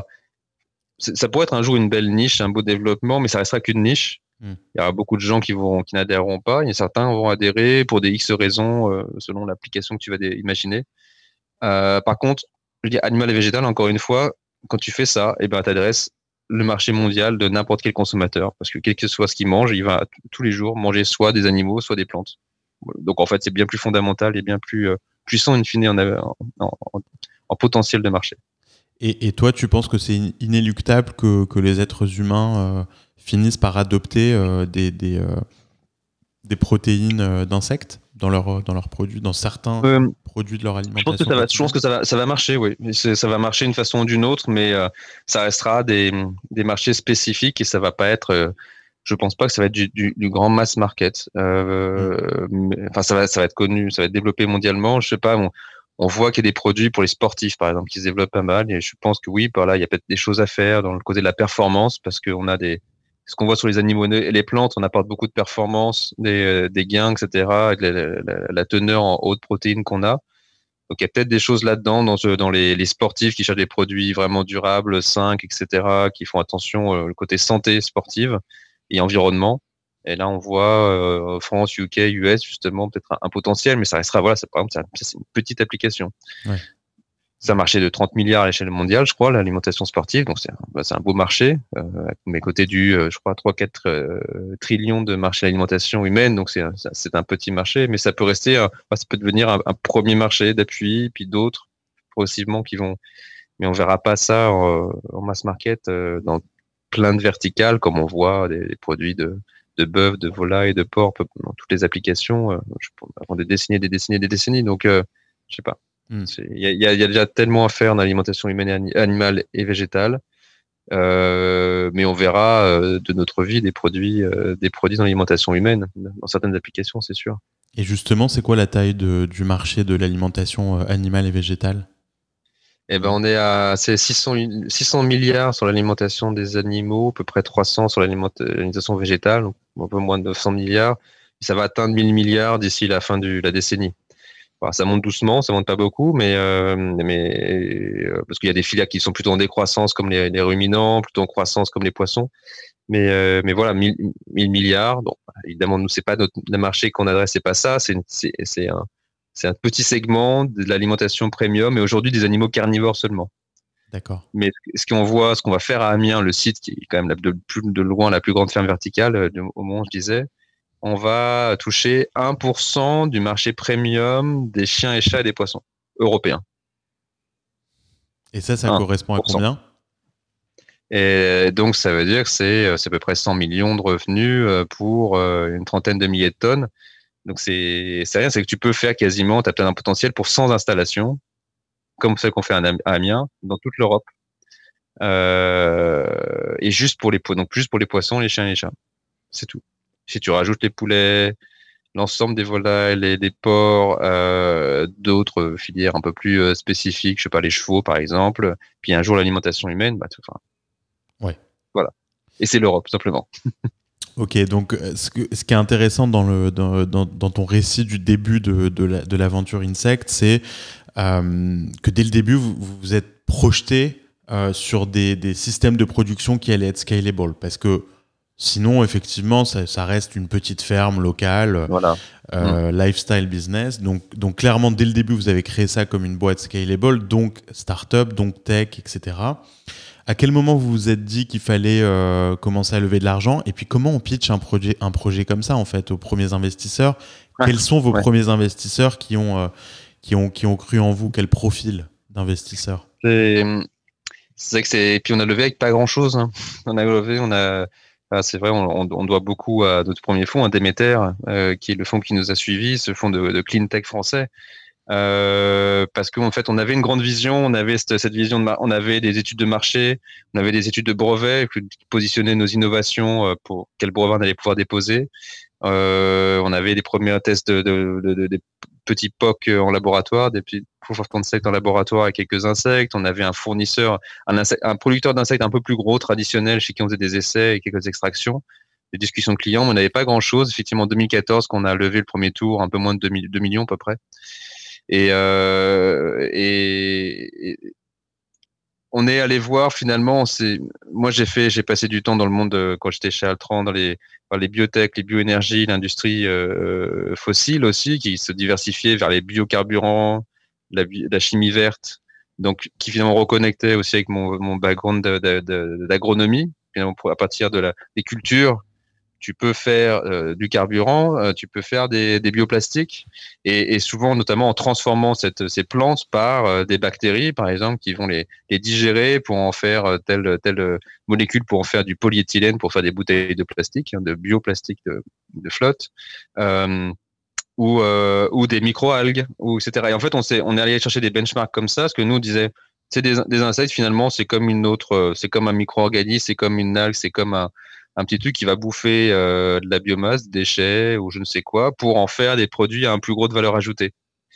ça pourrait être un jour une belle niche, un beau développement, mais ça restera qu'une niche. Mm. Il y aura beaucoup de gens qui vont, qui n'adhéreront pas. Il y a certains vont adhérer pour des X raisons, euh, selon l'application que tu vas imaginer. Euh, par contre, je dis animal et végétal, encore une fois, quand tu fais ça, eh ben, t'adresses le marché mondial de n'importe quel consommateur, parce que quel que soit ce qu'il mange, il va tous les jours manger soit des animaux, soit des plantes. Donc en fait, c'est bien plus fondamental et bien plus euh, puissant in fine en, en, en, en potentiel de marché. Et, et toi, tu penses que c'est inéluctable que, que les êtres humains euh, finissent par adopter euh, des, des, euh, des protéines euh, d'insectes dans leurs dans leurs produits, dans certains euh, produits de leur alimentation? Je pense que ça va, je pense que ça va, ça va marcher, oui. Ça va marcher d'une façon ou d'une autre, mais euh, ça restera des, des marchés spécifiques et ça va pas être. Euh, je pense pas que ça va être du, du, du grand mass market. Euh, mmh. mais, enfin, ça va, ça va être connu, ça va être développé mondialement. Je sais pas. Bon, on voit qu'il y a des produits pour les sportifs, par exemple, qui se développent pas mal. Et je pense que oui, par là, il y a peut-être des choses à faire dans le côté de la performance, parce qu'on a des, ce qu'on voit sur les animaux et les plantes, on apporte beaucoup de performance, des, des gains, et cetera, avec la, la, la teneur en haute protéines qu'on a. Donc, il y a peut-être des choses là-dedans, dans, ce, dans les, les sportifs qui cherchent des produits vraiment durables, sains, et cetera, qui font attention au côté santé sportive et environnement. Et là, on voit euh, France, U K, U S, justement, peut-être un, un potentiel, mais ça restera, voilà, c'est, par exemple, c'est, c'est une petite application. Ouais. C'est un marché de trente milliards à l'échelle mondiale, je crois, l'alimentation sportive. Donc, c'est un, bah, c'est un beau marché. Euh, mais côté du, euh, je crois, trois quatre euh, trillions de marché d'alimentation humaine. Donc, c'est, c'est un petit marché, mais ça peut rester, euh, ça peut devenir un, un premier marché d'appui, puis d'autres progressivement qui vont. Mais on verra pas ça en, en mass market euh, dans plein de verticales, comme on voit des, des produits de, de bœuf, de volaille, de porc, dans toutes les applications, euh, je, avant des décennies, des décennies, des décennies. Donc, euh, je sais pas. Il y, y, y a déjà tellement à faire dans l'alimentation humaine, et animale et végétale, euh, mais on verra euh, de notre vie des produits, euh, des produits dans l'alimentation humaine, dans certaines applications, c'est sûr. Et justement, c'est quoi la taille de, du marché de l'alimentation animale et végétale ? Eh ben, on est à c'est six cents milliards sur l'alimentation des animaux, à peu près trois cents sur l'alimentation végétale, donc un peu moins de neuf cents milliards. Ça va atteindre mille milliards d'ici la fin de la décennie. Enfin, ça monte doucement, ça monte pas beaucoup, mais, euh, mais euh, parce qu'il y a des filières qui sont plutôt en décroissance comme les, les ruminants, plutôt en croissance comme les poissons. Mais, euh, mais voilà, mille milliards. Bon, évidemment, nous, c'est pas notre, le marché qu'on adresse, c'est pas ça. C'est, c'est, c'est un, c'est un petit segment de l'alimentation premium, et aujourd'hui des animaux carnivores seulement. D'accord. Mais ce qu'on voit, ce qu'on va faire à Amiens, le site qui est quand même de, plus, de loin la plus grande ferme verticale au monde, je disais, on va toucher un pour cent du marché premium des chiens et chats et des poissons européens. Et ça, ça correspond à combien ? Et donc, ça veut dire que c'est, c'est à peu près cent millions de revenus pour une trentaine de milliers de tonnes. Donc, c'est, c'est rien, c'est que tu peux faire quasiment, tu as plein d'un potentiel pour cent installations, comme celle qu'on fait à Amiens, dans toute l'Europe. Euh, et juste pour les, donc juste pour les poissons, les chiens et les chats. C'est tout. Si tu rajoutes les poulets, l'ensemble des volailles, les, des porcs, euh, d'autres filières un peu plus euh, spécifiques, je sais pas, les chevaux par exemple, puis un jour l'alimentation humaine, bah, tout, enfin, ouais. Voilà. Et c'est l'Europe, simplement. Ok, donc ce, que, ce qui est intéressant dans, le, dans, dans, dans ton récit du début de, de, la, de l'aventure Insect, c'est euh, que dès le début, vous vous êtes projeté euh, sur des, des systèmes de production qui allaient être scalable, parce que sinon, effectivement, ça, ça reste une petite ferme locale, voilà. euh, mmh. lifestyle business. Donc, donc, clairement, dès le début, vous avez créé ça comme une boîte scalable, donc start-up, donc tech, et cetera. À quel moment vous vous êtes dit qu'il fallait euh, commencer à lever de l'argent ? Et puis, comment on pitch un projet, un projet comme ça, en fait, aux premiers investisseurs ? Ouais. Quels sont vos ouais. premiers investisseurs qui ont, euh, qui, ont, qui ont cru en vous ? Quel profil d'investisseurs ? C'est, c'est vrai que c'est... Et puis, on a levé avec pas grand-chose. Hein. On a levé, on a... Enfin, c'est vrai, on, on doit beaucoup à notre premier fonds, à Déméter, euh, qui est le fonds qui nous a suivis, ce fonds de, de clean tech français. Euh, parce qu'en fait, on avait une grande vision, on avait cette, cette vision de, mar- on avait des études de marché, on avait des études de brevets qui positionnaient nos innovations pour quel brevet on allait pouvoir déposer. Euh, on avait des premiers tests de, de, de, de, de petits P O C en laboratoire, des petits proof of concept en laboratoire avec quelques insectes. On avait un fournisseur, un, insecte, un producteur d'insectes un peu plus gros, traditionnel, chez qui on faisait des essais et quelques extractions. Des discussions de clients, mais on n'avait pas grand-chose. Effectivement, en deux mille quatorze, qu'on a levé le premier tour, un peu moins de deux millions à peu près. Et, euh, et, et on est allé voir finalement. C'est, moi, j'ai fait, j'ai passé du temps dans le monde de, quand j'étais chez Altran, dans les, dans les biotech, les bioénergies, l'industrie euh, fossile aussi, qui se diversifiait vers les biocarburants, la, la chimie verte, donc qui finalement reconnectait aussi avec mon, mon background de, de, de, d'agronomie, finalement pour, à partir de la, des cultures. Tu peux faire euh, du carburant, euh, tu peux faire des, des bioplastiques, et, et souvent, notamment en transformant cette, ces plantes par euh, des bactéries, par exemple, qui vont les, les digérer pour en faire euh, telle, telle molécule, pour en faire du polyéthylène, pour faire des bouteilles de plastique, hein, de bioplastique de, de flotte, euh, ou, euh, ou des micro-algues, ou et cetera. Et en fait, on, s'est, on est allé chercher des benchmarks comme ça, parce que nous, on disait, c'est des, des insectes, finalement, c'est comme une autre, c'est comme un micro-organisme, c'est comme une algue, c'est comme un un petit truc qui va bouffer euh, de la biomasse, des déchets ou je ne sais quoi, pour en faire des produits à un plus gros de valeur ajoutée.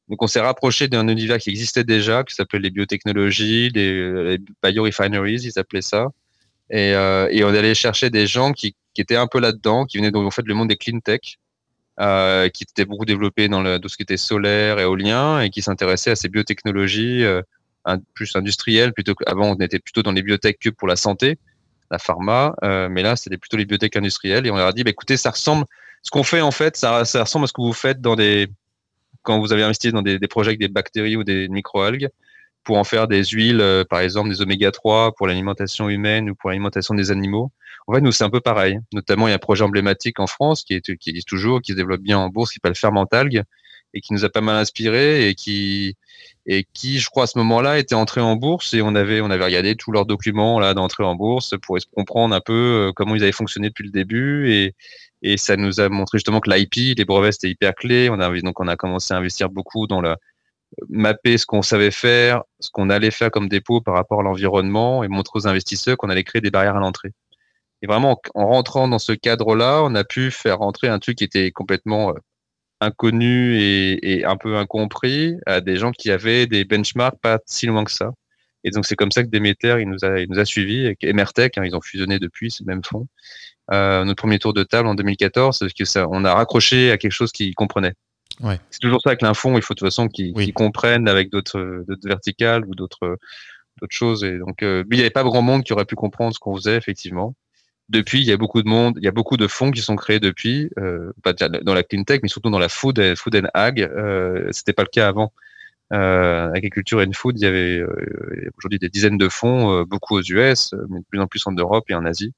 Donc, on s'est rapproché d'un univers qui existait déjà, qui s'appelait les biotechnologies, les, les biorefineries, ils appelaient ça. Et, euh, et on allait chercher des gens qui, qui étaient un peu là-dedans, qui venaient donc en fait le monde des clean tech, euh, qui étaient beaucoup développés dans le, tout ce qui était solaire, éolien, et qui s'intéressaient à ces biotechnologies euh, un, plus industrielles. Plutôt qu'avant, on était plutôt dans les biotech que pour la santé, la pharma, euh, mais là, c'était plutôt les biotech industrielles. Et on leur a dit, bah, écoutez, ça ressemble, ce qu'on fait en fait, ça, ça ressemble à ce que vous faites dans des quand vous avez investi dans des, des projets avec des bactéries ou des microalgues pour en faire des huiles, euh, par exemple des oméga trois pour l'alimentation humaine ou pour l'alimentation des animaux. En fait, nous, c'est un peu pareil. Notamment, il y a un projet emblématique en France qui, est, qui existe toujours, qui se développe bien en bourse, qui s'appelle Fermentalgue et qui nous a pas mal inspiré et qui, et qui, je crois, à ce moment-là, était entré en bourse et on avait, on avait regardé tous leurs documents là d'entrée en bourse pour comprendre un peu euh, comment ils avaient fonctionné depuis le début et, et ça nous a montré justement que l'I P, les brevets, c'était hyper clé. On a, donc, on a commencé à investir beaucoup dans la, mapper ce qu'on savait faire, ce qu'on allait faire comme dépôt par rapport à l'environnement et montrer aux investisseurs qu'on allait créer des barrières à l'entrée. Et vraiment, en rentrant dans ce cadre-là, on a pu faire rentrer un truc qui était complètement euh, inconnu et, et un peu incompris à des gens qui avaient des benchmarks pas si loin que ça. Et donc, c'est comme ça que Demeter, il nous a, il nous a suivis, et Emertech, hein, ils ont fusionné depuis, c'est le même fonds. Euh, notre premier tour de table en deux mille quatorze, c'est que ça, on a raccroché à quelque chose qu'ils comprenaient. Ouais. C'est toujours ça avec l'infond, il faut de toute façon qu'ils Oui. qu'ils comprennent avec d'autres d'autres verticales ou d'autres d'autres choses. Et donc, euh, il n'y avait pas grand monde qui aurait pu comprendre ce qu'on faisait, effectivement. Depuis, il y a beaucoup de monde, il y a beaucoup de fonds qui sont créés depuis, euh, pas dans la clean tech, mais surtout dans la food, food and ag. Euh, c'était pas le cas avant. Euh, agriculture and food, il y avait euh, aujourd'hui des dizaines de fonds, euh, beaucoup aux U S, mais de plus en plus en Europe et en Asie.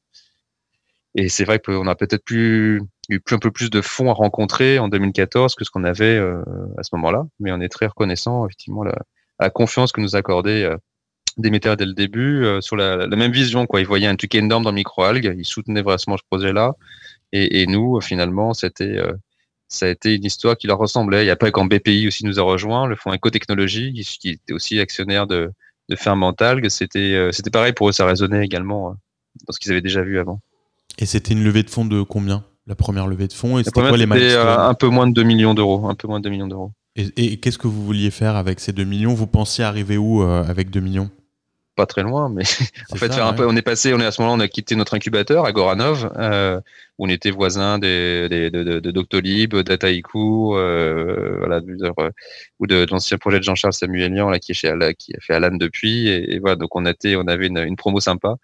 Et c'est vrai qu'on a peut-être plus eu un peu plus de fonds à rencontrer en deux mille quatorze que ce qu'on avait euh, à ce moment-là, mais on est très reconnaissant effectivement la, la confiance que nous accordait euh, Demeter dès le début euh, sur la, la même vision, quoi. Ils voyaient un truc énorme dans le microalgues, ils soutenaient vraiment ce projet-là, et, et nous finalement c'était euh, ça a été une histoire qui leur ressemblait. Il y a pas quand B P I aussi nous a rejoint, le fonds Écotechnologie, qui, qui était aussi actionnaire de, de Fermentalgue. C'était euh, c'était pareil pour eux, ça résonnait également euh, dans ce qu'ils avaient déjà vu avant. Et c'était une levée de fonds de combien? La première levée de fonds, et La c'était première, quoi les c'était milestones? euh, un peu moins de deux millions d'euros. Un peu moins de deux millions d'euros. Et, et qu'est-ce que vous vouliez faire avec ces deux millions? Vous pensiez arriver où euh, avec deux millions? Pas très loin, mais en fait, ça, faire un ouais. peu, on est passé, on est à ce moment-là, on a quitté notre incubateur, Agoranov, euh, où on était voisin des, des, de, de, de Doctolib, Dataiku, euh, voilà, euh, ou de, de l'ancien projet de Jean-Charles Samuelian, là, qui est chez Alan, qui a fait Alan depuis, et, et voilà, donc on était, on avait une, une promo sympa,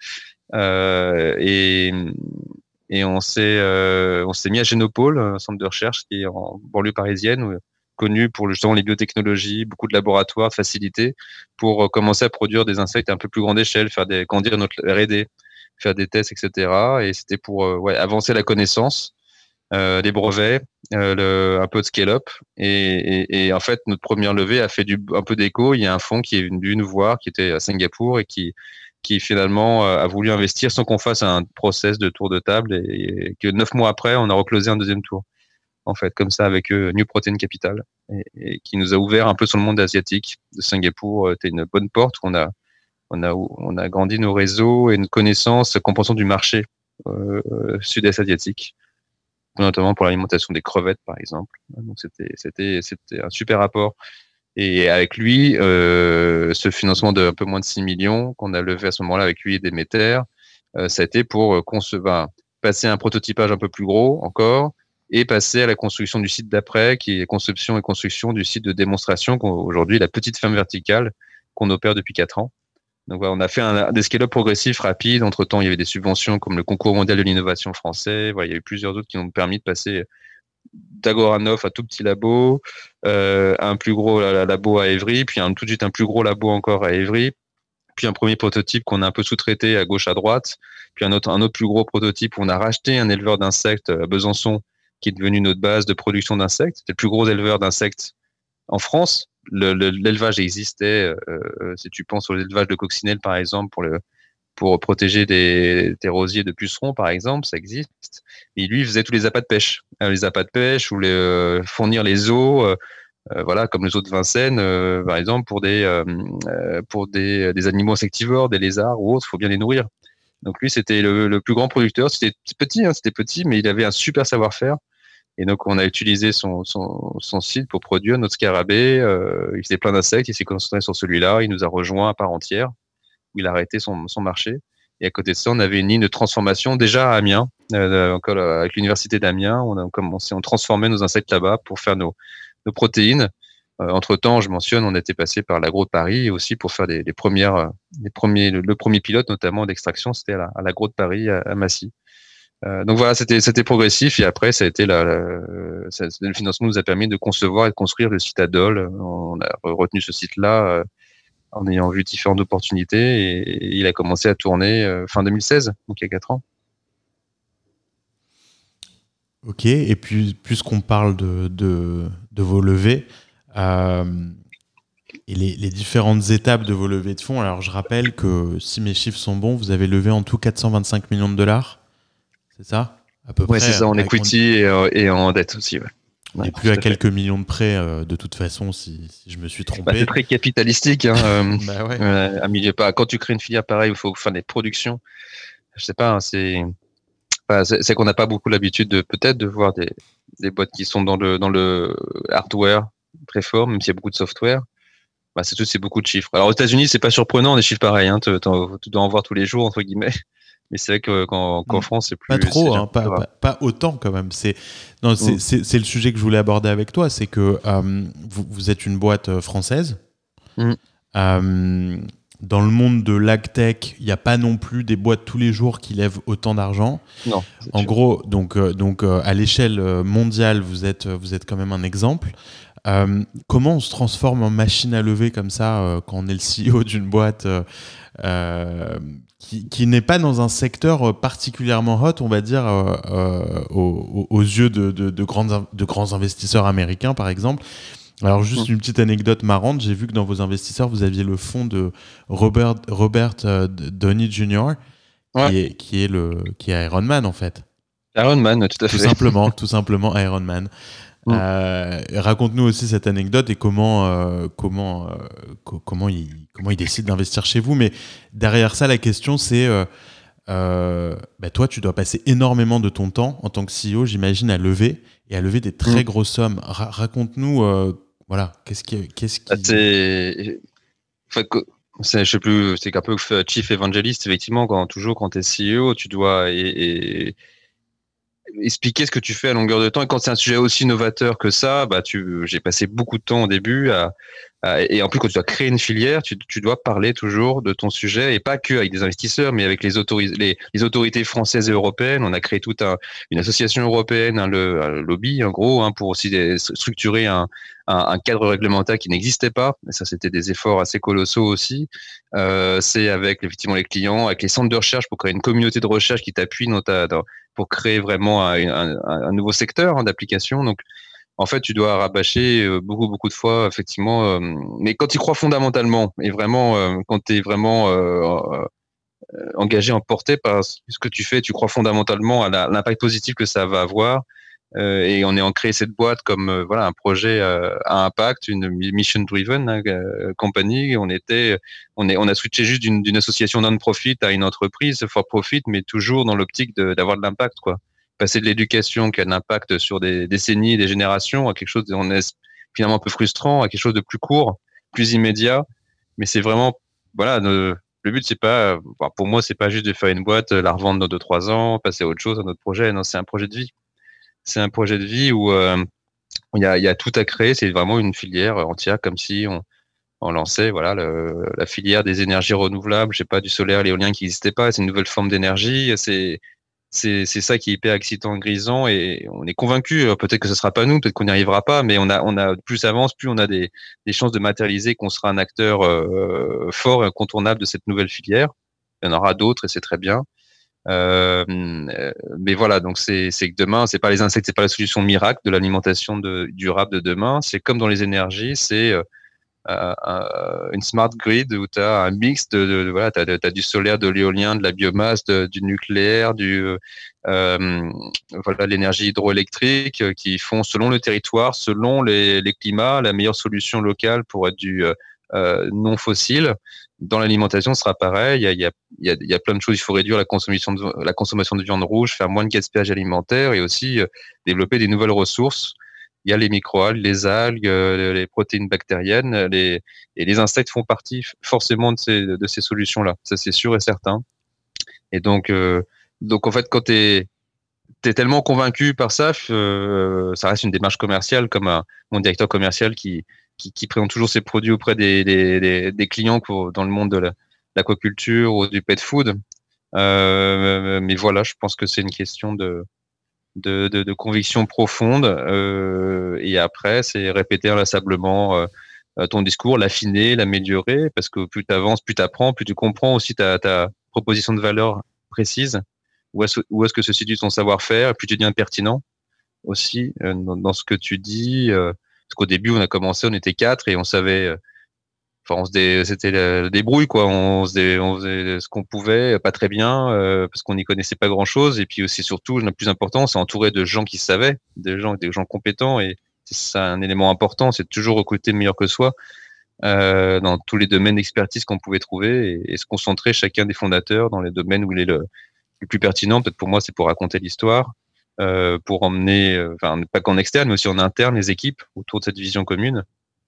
euh, et, et on s'est, euh, on s'est mis à Génopole, un centre de recherche qui est en banlieue parisienne, où, connu pour justement les biotechnologies, beaucoup de laboratoires, de facilités, pour commencer à produire des insectes à un peu plus grande échelle, faire des, grandir notre R et D, faire des tests, et cetera. Et c'était pour euh, ouais, avancer la connaissance, euh, les brevets, euh, le, un peu de scale-up. Et, et, et en fait, notre première levée a fait du, un peu d'écho. Il y a un fonds qui est venu nous voir, qui était à Singapour et qui, qui finalement euh, a voulu investir sans qu'on fasse un process de tour de table et, et que neuf mois après, on a reclosé un deuxième tour. En fait, comme ça, avec eux, New Protein Capital, et, et qui nous a ouvert un peu sur le monde asiatique. De Singapour, c'était une bonne porte où on a, on a, on a grandi nos réseaux et nos connaissances, compréhension du marché euh, sud-est asiatique, notamment pour l'alimentation des crevettes, par exemple. Donc, c'était, c'était, c'était un super apport. Et avec lui, euh, ce financement de un peu moins de six millions qu'on a levé à ce moment-là avec lui et Demeter, euh, ça a été pour concevoir, passer un prototypage un peu plus gros encore, et passer à la construction du site d'après, qui est conception et construction du site de démonstration, aujourd'hui la petite ferme verticale qu'on opère depuis quatre ans. Donc voilà, on a fait un, des scale-up progressifs rapides. Entre-temps, il y avait des subventions comme le concours mondial de l'innovation français. Voilà, il y a eu plusieurs autres qui ont permis de passer d'Agoranov à tout petit labo, euh, un plus gros labo à Évry, puis un, tout de suite un plus gros labo encore à Évry, puis un premier prototype qu'on a un peu sous-traité à gauche à droite, puis un autre, un autre plus gros prototype où on a racheté un éleveur d'insectes à Besançon qui est devenu notre base de production d'insectes. C'était le plus gros éleveur d'insectes en France. Le, le, l'élevage existait, euh, si tu penses aux élevages de coccinelles par exemple, pour le pour protéger des, des rosiers de pucerons, par exemple, ça existe. Et lui, il faisait tous les appâts de pêche, les appâts de pêche ou les, euh, fournir les eaux, euh, euh, voilà, comme les eaux de Vincennes, euh, par exemple, pour des euh, pour des, des animaux insectivores, des lézards ou autres, il faut bien les nourrir. Donc lui, c'était le, le plus grand producteur. C'était petit, hein, c'était petit, mais il avait un super savoir-faire. Et donc, on a utilisé son, son, son site pour produire notre scarabée. Euh, il faisait plein d'insectes, il s'est concentré sur celui-là, il nous a rejoint à part entière, où il a arrêté son, son marché. Et à côté de ça, on avait une ligne de transformation déjà à Amiens, euh, encore avec l'université d'Amiens. On a commencé, on transformait nos insectes là-bas pour faire nos, nos protéines. Euh, entre-temps, je mentionne, on était passé par l'agro de Paris aussi pour faire des, des premières, les premiers, le, le premier pilote notamment d'extraction, c'était à, à l'agro de Paris à, à Massy. Euh, donc voilà, c'était c'était progressif et après ça a été la, la ça, le financement nous a permis de concevoir et de construire le site Adol. On a retenu ce site-là euh, en ayant vu différentes opportunités et, et il a commencé à tourner euh, fin deux mille seize, donc il y a quatre ans. Ok, et puis puisqu'on parle de, de, de vos levées euh, et les, les différentes étapes de vos levées de fonds, alors je rappelle que si mes chiffres sont bons, vous avez levé en tout quatre cent vingt-cinq millions de dollars, c'est ça à peu Ouais, près. c'est ça, en avec, equity on... et, et en dette aussi. Ouais. On Ouais, n'est plus à, à quelques millions de près, euh, de toute façon, si, si je me suis trompé. Bah, c'est très capitalistique. Hein, euh, bah ouais. euh, à milieu pas. Quand tu crées une filière pareille, il faut faire des productions. Je sais pas, hein, c'est, enfin, c'est, c'est qu'on n'a pas beaucoup l'habitude de peut-être de voir des, des boîtes qui sont dans le dans le hardware très fort, même s'il y a beaucoup de software. Bah, c'est tout, c'est beaucoup de chiffres. Alors aux États-Unis, c'est pas surprenant des chiffres pareils. Hein, tu, tu dois en voir tous les jours entre guillemets. Mais c'est vrai que, qu'en, qu'en France, c'est plus. Pas trop, c'est hein, pas, pas, pas autant quand même. C'est, non, c'est, mm. c'est, c'est le sujet que je voulais aborder avec toi. C'est que euh, vous, vous êtes une boîte française. Mm. Euh, dans le monde de l'agtech, il n'y a pas non plus des boîtes tous les jours qui lèvent autant d'argent. Non. En sûr. Gros, donc, euh, donc euh, à l'échelle mondiale, vous êtes, vous êtes quand même un exemple. Euh, comment on se transforme en machine à lever comme ça euh, quand on est le C E O d'une boîte euh, euh, qui, qui n'est pas dans un secteur particulièrement hot, on va dire, euh, euh, aux, aux yeux de, de, de, grandes, de grands investisseurs américains, par exemple. Alors, juste mmh. une petite anecdote marrante, j'ai vu que dans vos investisseurs, vous aviez le fonds de Robert, Robert euh, Downey junior, qui, ouais. est, qui, est le, qui est Iron Man, en fait. Iron Man, tout à fait. Tout simplement, tout simplement Iron Man. Mmh. Euh, raconte-nous aussi cette anecdote et comment euh, comment euh, co- comment il comment il décide d'investir chez vous. Mais derrière ça, la question c'est euh, euh, bah toi, tu dois passer énormément de ton temps en tant que C E O, j'imagine, à lever et à lever des très mmh. grosses sommes. Ra- raconte-nous, euh, voilà, qu'est-ce qui qu'est-ce qui. C'est... Enfin, c'est, je sais plus, c'est un peu chief evangelist effectivement quand toujours quand t'es C E O, tu dois et, et... expliquer ce que tu fais à longueur de temps. Et quand c'est un sujet aussi novateur que ça, bah tu, j'ai passé beaucoup de temps au début à, à et en plus quand tu dois créer une filière, tu, tu dois parler toujours de ton sujet et pas que avec des investisseurs, mais avec les, autoris- les, les autorités françaises et européennes. On a créé toute un, une association européenne, hein, le, un lobby en gros, hein, pour aussi des, structurer un, un, un cadre réglementaire qui n'existait pas. Et ça, c'était des efforts assez colossaux aussi. Euh, c'est avec effectivement les clients, avec les centres de recherche pour créer une communauté de recherche qui t'appuie dans ta dans, pour créer vraiment un, un, un nouveau secteur hein, d'application. Donc, en fait, tu dois rabâcher beaucoup, beaucoup de fois, effectivement. Euh, mais quand tu crois fondamentalement et vraiment, euh, quand tu es vraiment euh, euh, engagé, emporté par ce que tu fais, tu crois fondamentalement à la, l'impact positif que ça va avoir. Euh, et on est en créé cette boîte comme euh, voilà un projet euh, à impact, une mission driven hein, euh, compagnie. On était, on est, on a switché juste d'une, d'une association non-profit à une entreprise for profit, mais toujours dans l'optique de, d'avoir de l'impact quoi. Passer de l'éducation qui a de l'impact sur des décennies, des générations, à quelque chose on est finalement un peu frustrant, à quelque chose de plus court, plus immédiat. Mais c'est vraiment voilà. Le, le but c'est pas, pour moi c'est pas juste de faire une boîte, la revendre dans deux trois ans, passer à autre chose, à notre projet. Non, c'est un projet de vie. C'est un projet de vie où euh, il y a, il y a tout à créer. C'est vraiment une filière entière, comme si on, on lançait voilà le, la filière des énergies renouvelables. Je sais pas, du solaire, l'éolien qui n'existait pas. C'est une nouvelle forme d'énergie. C'est c'est c'est ça qui est hyper excitant, grisant, et on est convaincu. Peut-être que ce sera pas nous, peut-être qu'on n'y arrivera pas, mais on a on a plus ça avance, plus on a des des chances de matérialiser qu'on sera un acteur euh, fort et incontournable de cette nouvelle filière. Il y en aura d'autres et c'est très bien. Euh, mais voilà, donc c'est, c'est que demain, c'est pas les insectes, c'est pas la solution miracle de l'alimentation de, durable de demain. C'est comme dans les énergies, c'est euh, euh, une smart grid où tu as un mix de, de, de voilà, t'as, t'as du solaire, de l'éolien, de la biomasse, de, du nucléaire, du euh, voilà, l'énergie hydroélectrique euh, qui font selon le territoire, selon les, les climats, la meilleure solution locale pour être du euh, non fossile. dans l'alimentation, ce sera pareil. Il y a, il y a, il y a, il y a plein de choses. Il faut réduire la consommation de, la consommation de viande rouge, faire moins de gaspillage alimentaire et aussi euh, développer des nouvelles ressources. Il y a les microalgues, les algues, euh, les protéines bactériennes, les, et les insectes font partie forcément de ces, de ces solutions-là. Ça, c'est sûr et certain. Et donc, euh, donc en fait, quand tu es T'es tellement convaincu par ça, euh, ça reste une démarche commerciale, comme un, mon directeur commercial qui, qui, qui présente toujours ses produits auprès des, des, des, des clients pour, dans le monde de la, l'aquaculture ou du pet food. Euh, mais voilà, je pense que c'est une question de, de, de, de conviction profonde. Euh, et après, c'est répéter inlassablement euh, ton discours, l'affiner, l'améliorer, parce que plus tu avances, plus tu apprends, plus tu comprends aussi ta, ta proposition de valeur précise. Où est-ce, où est-ce que se situe ton savoir-faire, plus tu deviens pertinent aussi euh, dans, dans ce que tu dis. Euh, parce qu'au début, on a commencé, on était quatre et on savait, euh, enfin, on se dé, c'était la, la débrouille quoi. On, se dé, on faisait ce qu'on pouvait, pas très bien, euh, parce qu'on n'y connaissait pas grand-chose. Et puis aussi, surtout, le plus important, c'est entouré de gens qui savaient, des gens, des gens compétents. Et c'est ça un élément important, c'est de toujours recruter le meilleur que soi. Euh, dans tous les domaines d'expertise qu'on pouvait trouver et, et se concentrer chacun des fondateurs dans les domaines où il est le, le plus pertinent, peut-être pour moi, c'est pour raconter l'histoire, euh, pour emmener, enfin, pas qu'en externe, mais aussi en interne, les équipes autour de cette vision commune.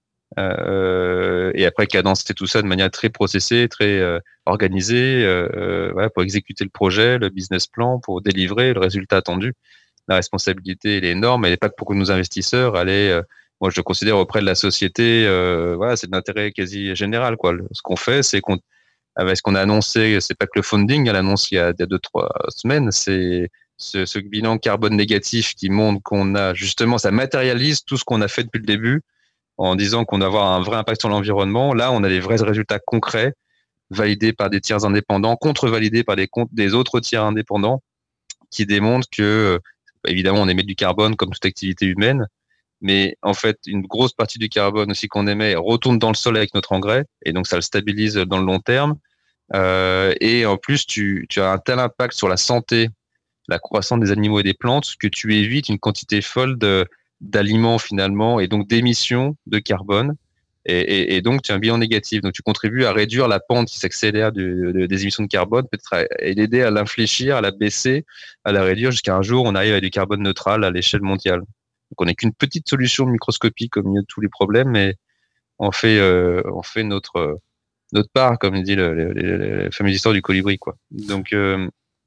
Euh, et après, cadencer tout ça de manière très processée, très euh, organisée, euh, voilà, pour exécuter le projet, le business plan, pour délivrer le résultat attendu. La responsabilité, elle est énorme, elle n'est pas que pour nos investisseurs, elle est, euh, moi, je le considère auprès de la société, euh, voilà, c'est de l'intérêt quasi général, quoi. Ce qu'on fait, c'est qu'on avec ce qu'on a annoncé, c'est pas que le funding, elle annonce il y a deux, trois semaines, c'est ce, ce bilan carbone négatif qui montre qu'on a justement, ça matérialise tout ce qu'on a fait depuis le début en disant qu'on va avoir un vrai impact sur l'environnement. Là, on a des vrais résultats concrets, validés par des tiers indépendants, contre-validés par des, des autres tiers indépendants, qui démontrent que, évidemment, on émet du carbone comme toute activité humaine, mais en fait, une grosse partie du carbone aussi qu'on émet retourne dans le sol avec notre engrais, et donc ça le stabilise dans le long terme. Euh, et en plus, tu, tu as un tel impact sur la santé, la croissance des animaux et des plantes, que tu évites une quantité folle de, d'aliments finalement, et donc d'émissions de carbone. Et, et, et donc, tu as un bilan négatif. Donc, tu contribues à réduire la pente qui s'accélère de, de, des émissions de carbone, peut-être à, et l'aider à l'infléchir, à la baisser, à la réduire jusqu'à un jour, on arrive à du carbone neutral à l'échelle mondiale. Donc, on n'est qu'une petite solution microscopique au milieu de tous les problèmes, mais on fait, euh, on fait notre, notre part, comme dit le, le, le, la fameuse histoire du colibri, quoi. Donc, euh,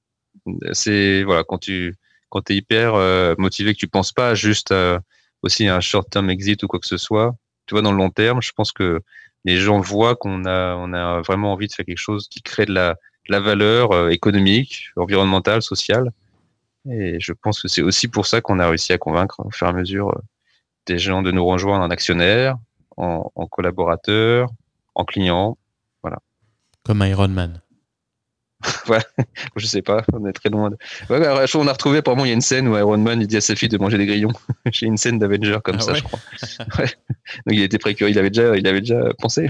c'est, voilà, quand tu, quand t'es hyper euh, motivé, que tu penses pas juste à, aussi à un short-term exit ou quoi que ce soit, tu vois, dans le long terme, je pense que les gens voient qu'on a, on a vraiment envie de faire quelque chose qui crée de la, de la valeur euh, économique, environnementale, sociale. Et je pense que c'est aussi pour ça qu'on a réussi à convaincre au fur et à mesure euh, des gens de nous rejoindre en actionnaire, en, en collaborateur, en client. Voilà. Comme Iron Man. Ouais, je sais pas, on est très loin. De... Ouais, bah, on a retrouvé, apparemment, il y a une scène où Iron Man il dit à sa fille de manger des grillons. J'ai une scène d'Avenger comme ah ça, ouais, je crois. Ouais. Donc il était précurieux, il avait déjà, il avait déjà pensé.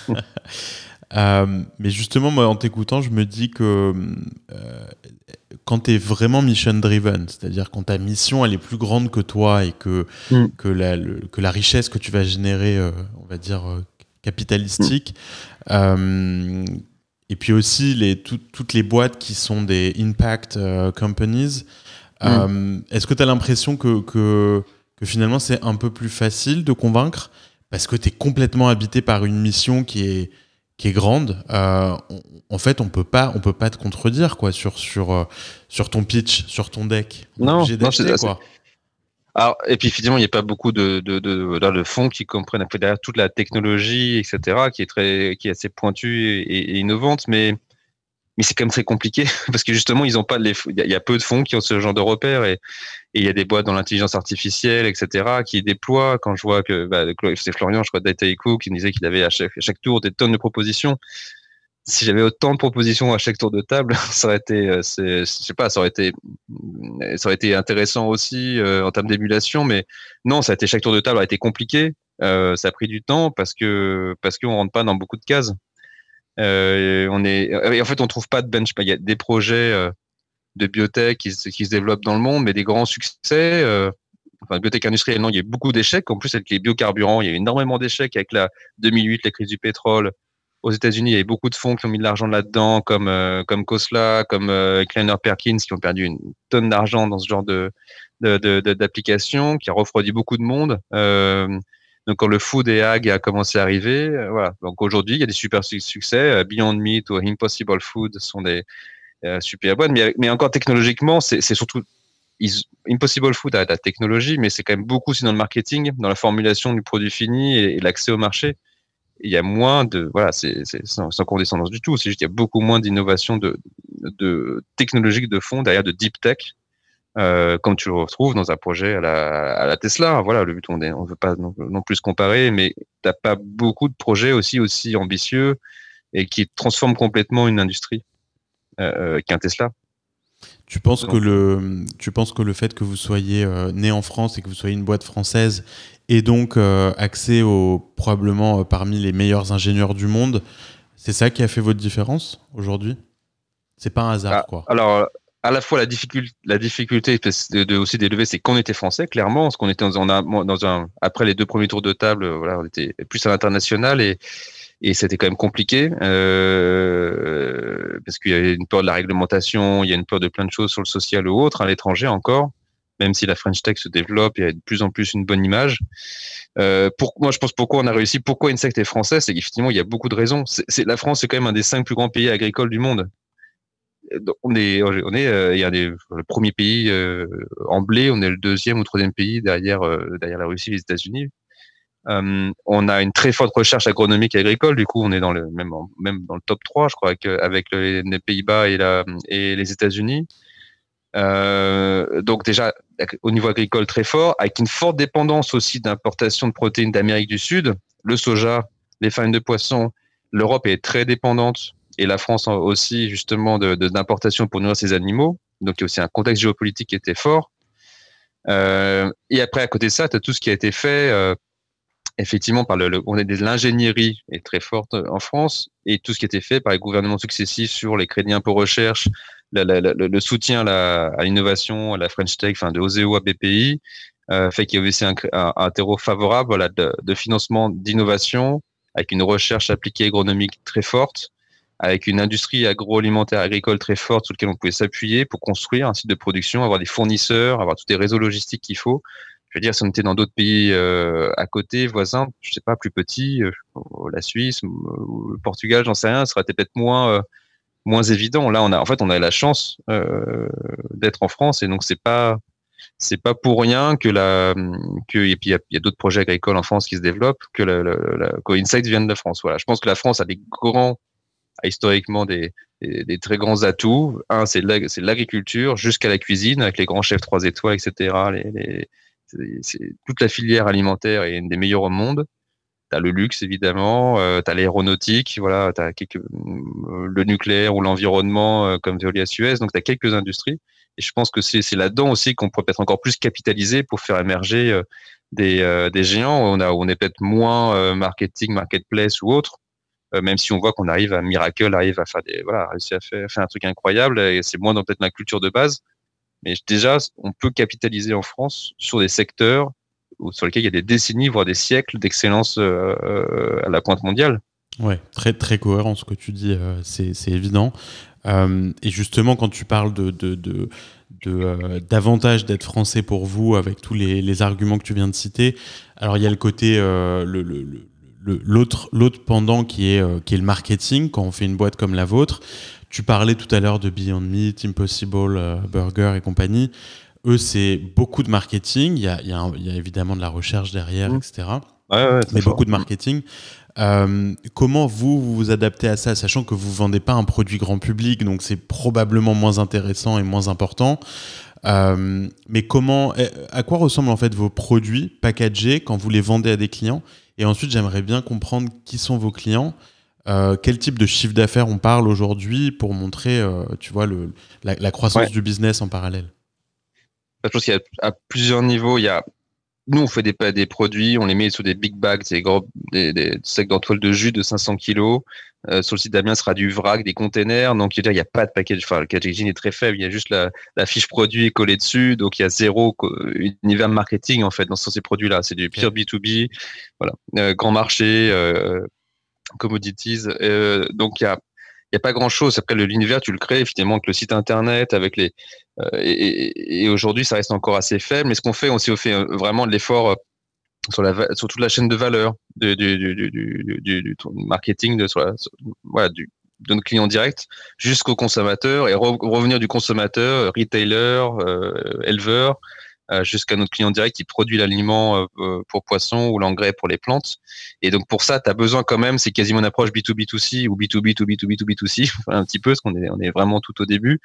euh, mais justement, moi, en t'écoutant, je me dis que euh, quand tu es vraiment mission driven, c'est-à-dire quand ta mission elle est plus grande que toi et que, mm. que, la, le, que la richesse que tu vas générer, euh, on va dire, euh, capitalistique, mm. euh, et puis aussi les, tout, toutes les boîtes qui sont des impact uh, companies, mm. euh, est-ce que tu as l'impression que, que, que finalement c'est un peu plus facile de convaincre parce que tu es complètement habité par une mission qui est, qui est grande, euh, on, en fait on peut pas, on peut pas te contredire quoi, sur, sur, euh, sur ton pitch, sur ton deck. On non, est obligé d'acheter, non, quoi. Alors, et puis finalement, il n'y a pas beaucoup de, de, de, de, de fonds qui comprennent après derrière toute la technologie, et cetera, qui est très, qui est assez pointue et, et innovante, mais, mais c'est quand même très compliqué parce que justement, ils ont pas les, il y a peu de fonds qui ont ce genre de repères et, et il y a des boîtes dans l'intelligence artificielle, et cetera, qui déploient. Quand je vois que, bah, c'est Florian, je crois, Dataiku, qui me disait qu'il avait à chaque, à chaque tour des tonnes de propositions. Si j'avais autant de propositions à chaque tour de table, ça aurait été, c'est, je sais pas, ça aurait été, ça aurait été intéressant aussi euh, en termes d'émulation, mais non, ça a été chaque tour de table a été compliqué. Euh, ça a pris du temps parce que parce qu'on rentre pas dans beaucoup de cases. Euh, on est, et en fait, on trouve pas de bench. Il y a des projets euh, de biotech qui, qui se développent dans le monde, mais des grands succès. Euh, enfin, biotech industrielle, non, il y a eu beaucoup d'échecs. En plus, avec les biocarburants, il y a eu énormément d'échecs avec la deux mille huit, la crise du pétrole. aux États-Unis, il y avait beaucoup de fonds qui ont mis de l'argent là-dedans, comme euh, comme Khosla, comme euh, Kleiner Perkins, qui ont perdu une tonne d'argent dans ce genre de de, de, de d'application, qui a refroidi beaucoup de monde. Euh, donc quand le food et ag a commencé à arriver, euh, voilà. Donc aujourd'hui, il y a des super succès. Euh, Beyond Meat ou Impossible Food sont des euh, super bonnes, mais mais encore technologiquement, c'est c'est surtout ils, Impossible Food a de la technologie, mais c'est quand même beaucoup aussi dans le marketing, dans la formulation du produit fini et, et l'accès au marché. Il y a moins de, voilà, c'est, c'est sans, sans condescendance du tout, c'est juste qu'il y a beaucoup moins d'innovation de, de technologique de fond derrière de deep tech, euh, comme tu le retrouves dans un projet à la, à la Tesla. Voilà, le but, on est, on veut pas non, non plus se comparer, mais t'as pas beaucoup de projets aussi, aussi ambitieux et qui transforment complètement une industrie, euh, qu'un Tesla. Tu penses Donc, que le, tu penses que le fait que vous soyez euh, né en France et que vous soyez une boîte française et donc euh, accès au probablement euh, parmi les meilleurs ingénieurs du monde, c'est ça qui a fait votre différence aujourd'hui? C'est pas un hasard, ah, quoi. alors, à la fois la difficulté, la difficulté de, de aussi d'élever, c'est qu'on était français, clairement, parce qu'on était dans un, dans un, après les deux premiers tours de table, voilà, on était plus à l'international et et c'était quand même compliqué euh, parce qu'il y avait une peur de la réglementation, il y a une peur de plein de choses sur le social ou autre à l'étranger encore. Même si la French Tech se développe, il y a de plus en plus une bonne image. Euh, pour, moi, je pense pourquoi on a réussi, pourquoi Insect est français, c'est qu'effectivement, il y a beaucoup de raisons. C'est, c'est, la France, c'est quand même un des cinq plus grands pays agricoles du monde. Donc, on est, on est, euh, il y a des, le premier pays euh, en blé, on est le deuxième ou troisième pays derrière, euh, derrière la Russie et les États-Unis. Euh, on a une très forte recherche agronomique et agricole. Du coup, on est dans le même, même dans le top trois, je crois, avec, avec les, les Pays-Bas et, la, et les États-Unis. Euh, donc déjà, au niveau agricole, très fort, avec une forte dépendance aussi d'importation de protéines d'Amérique du Sud, le soja, les farines de poisson. L'Europe est très dépendante et la France aussi, justement, de, de, d'importation pour nourrir ses animaux. Donc, il y a aussi un contexte géopolitique qui était fort. Euh, et après, à côté de ça, tu as tout ce qui a été fait euh, effectivement, par le, le, on est de l'ingénierie est très forte en France et tout ce qui a été fait par les gouvernements successifs sur les crédits impôt recherche, la, la, la, le soutien à, la, à l'innovation, à la French Tech, enfin de O S E O à B P I, euh, fait qu'il y a aussi un, un, un terreau favorable voilà, de, de financement d'innovation avec une recherche appliquée agronomique très forte, avec une industrie agroalimentaire agricole très forte sur laquelle on pouvait s'appuyer pour construire un site de production, avoir des fournisseurs, avoir tous les réseaux logistiques qu'il faut. Je veux dire, si on était dans d'autres pays euh, à côté, voisins, je sais pas, plus petits, euh, la Suisse, ou le Portugal, j'en sais rien, ce serait peut-être moins euh, moins évident. Là, on a en fait, on a la chance euh, d'être en France et donc c'est pas c'est pas pour rien que la que et puis il y a, y a d'autres projets agricoles en France qui se développent que la, la, la qu'Insight vienne de France. Voilà, je pense que la France a des grands a historiquement des, des, des très grands atouts. Un, c'est c'est l'agriculture jusqu'à la cuisine avec les grands chefs trois étoiles, et cetera. Les, les c'est, c'est, toute la filière alimentaire est une des meilleures au monde. T'as le luxe évidemment, euh, t'as l'aéronautique, voilà, t'as quelques, euh, le nucléaire ou l'environnement euh, comme Veolia Suez, donc t'as quelques industries. Et je pense que c'est, c'est là-dedans aussi qu'on pourrait peut-être encore plus capitaliser pour faire émerger euh, des, euh, des géants. On a, on est peut-être moins euh, marketing, marketplace ou autre, euh, même si on voit qu'on arrive à Miracle, arrive à faire des, voilà, réussi à faire, faire un truc incroyable. Et c'est moins dans peut-être la culture de base. Mais déjà, on peut capitaliser en France sur des secteurs sur lesquels il y a des décennies, voire des siècles d'excellence euh, à la pointe mondiale. Ouais, très, très cohérent ce que tu dis, euh, c'est, c'est évident. Euh, et justement, quand tu parles de, de, de, de euh, d'avantage d'être français pour vous, avec tous les, les arguments que tu viens de citer, alors il y a le côté, euh, le, le, le, l'autre, l'autre pendant qui est, euh, qui est le marketing, quand on fait une boîte comme la vôtre. Tu parlais tout à l'heure de Beyond Meat, Impossible euh, Burger et compagnie. Eux, c'est beaucoup de marketing. Il y a, il y a, un, il y a évidemment de la recherche derrière, Mmh. et cetera. Ouais, ouais, Mais fort. beaucoup de marketing. Euh, comment vous, vous vous adaptez à ça, sachant que vous ne vendez pas un produit grand public, donc c'est probablement moins intéressant et moins important. Euh, mais comment, à quoi ressemblent en fait vos produits packagés quand vous les vendez à des clients? Et ensuite, j'aimerais bien comprendre qui sont vos clients. Euh, quel type de chiffre d'affaires on parle aujourd'hui pour montrer, euh, tu vois, le, la, la croissance Ouais. du business en parallèle? Je pense qu'il y a à plusieurs niveaux. Il y a, nous, on fait des, des produits, on les met sur des big bags, des gros, des, des sacs d'entoile de jus de cinq cents kilos. Euh, sur le site d'Amiens, ce sera du vrac, des containers. Donc, il n'y a pas de package. Enfin, le packaging est très faible. Il y a juste la, la fiche produit collée dessus. Donc, il y a zéro univers marketing, en fait, dans ces produits-là. C'est du pure B deux B. Voilà. Euh, grand marché. Euh, commodities. Euh, donc il y a il y a pas grand chose. Après le l'univers, tu le crées finalement avec le site internet, avec les euh, et, et, et aujourd'hui ça reste encore assez faible. Mais ce qu'on fait, on s'est fait vraiment de l'effort sur la sur toute la chaîne de valeur du du du du, du, du, du marketing de sur la, sur, voilà du de notre client direct jusqu'au consommateur et re, revenir du consommateur, retailer, euh, éleveur, euh, jusqu'à notre client direct qui produit l'aliment euh, pour poissons ou l'engrais pour les plantes. Et donc pour ça, tu as besoin quand même, c'est quasiment une approche B deux B deux C ou B deux B deux B deux B deux B deux C, un petit peu, parce qu'on est on est vraiment tout au début.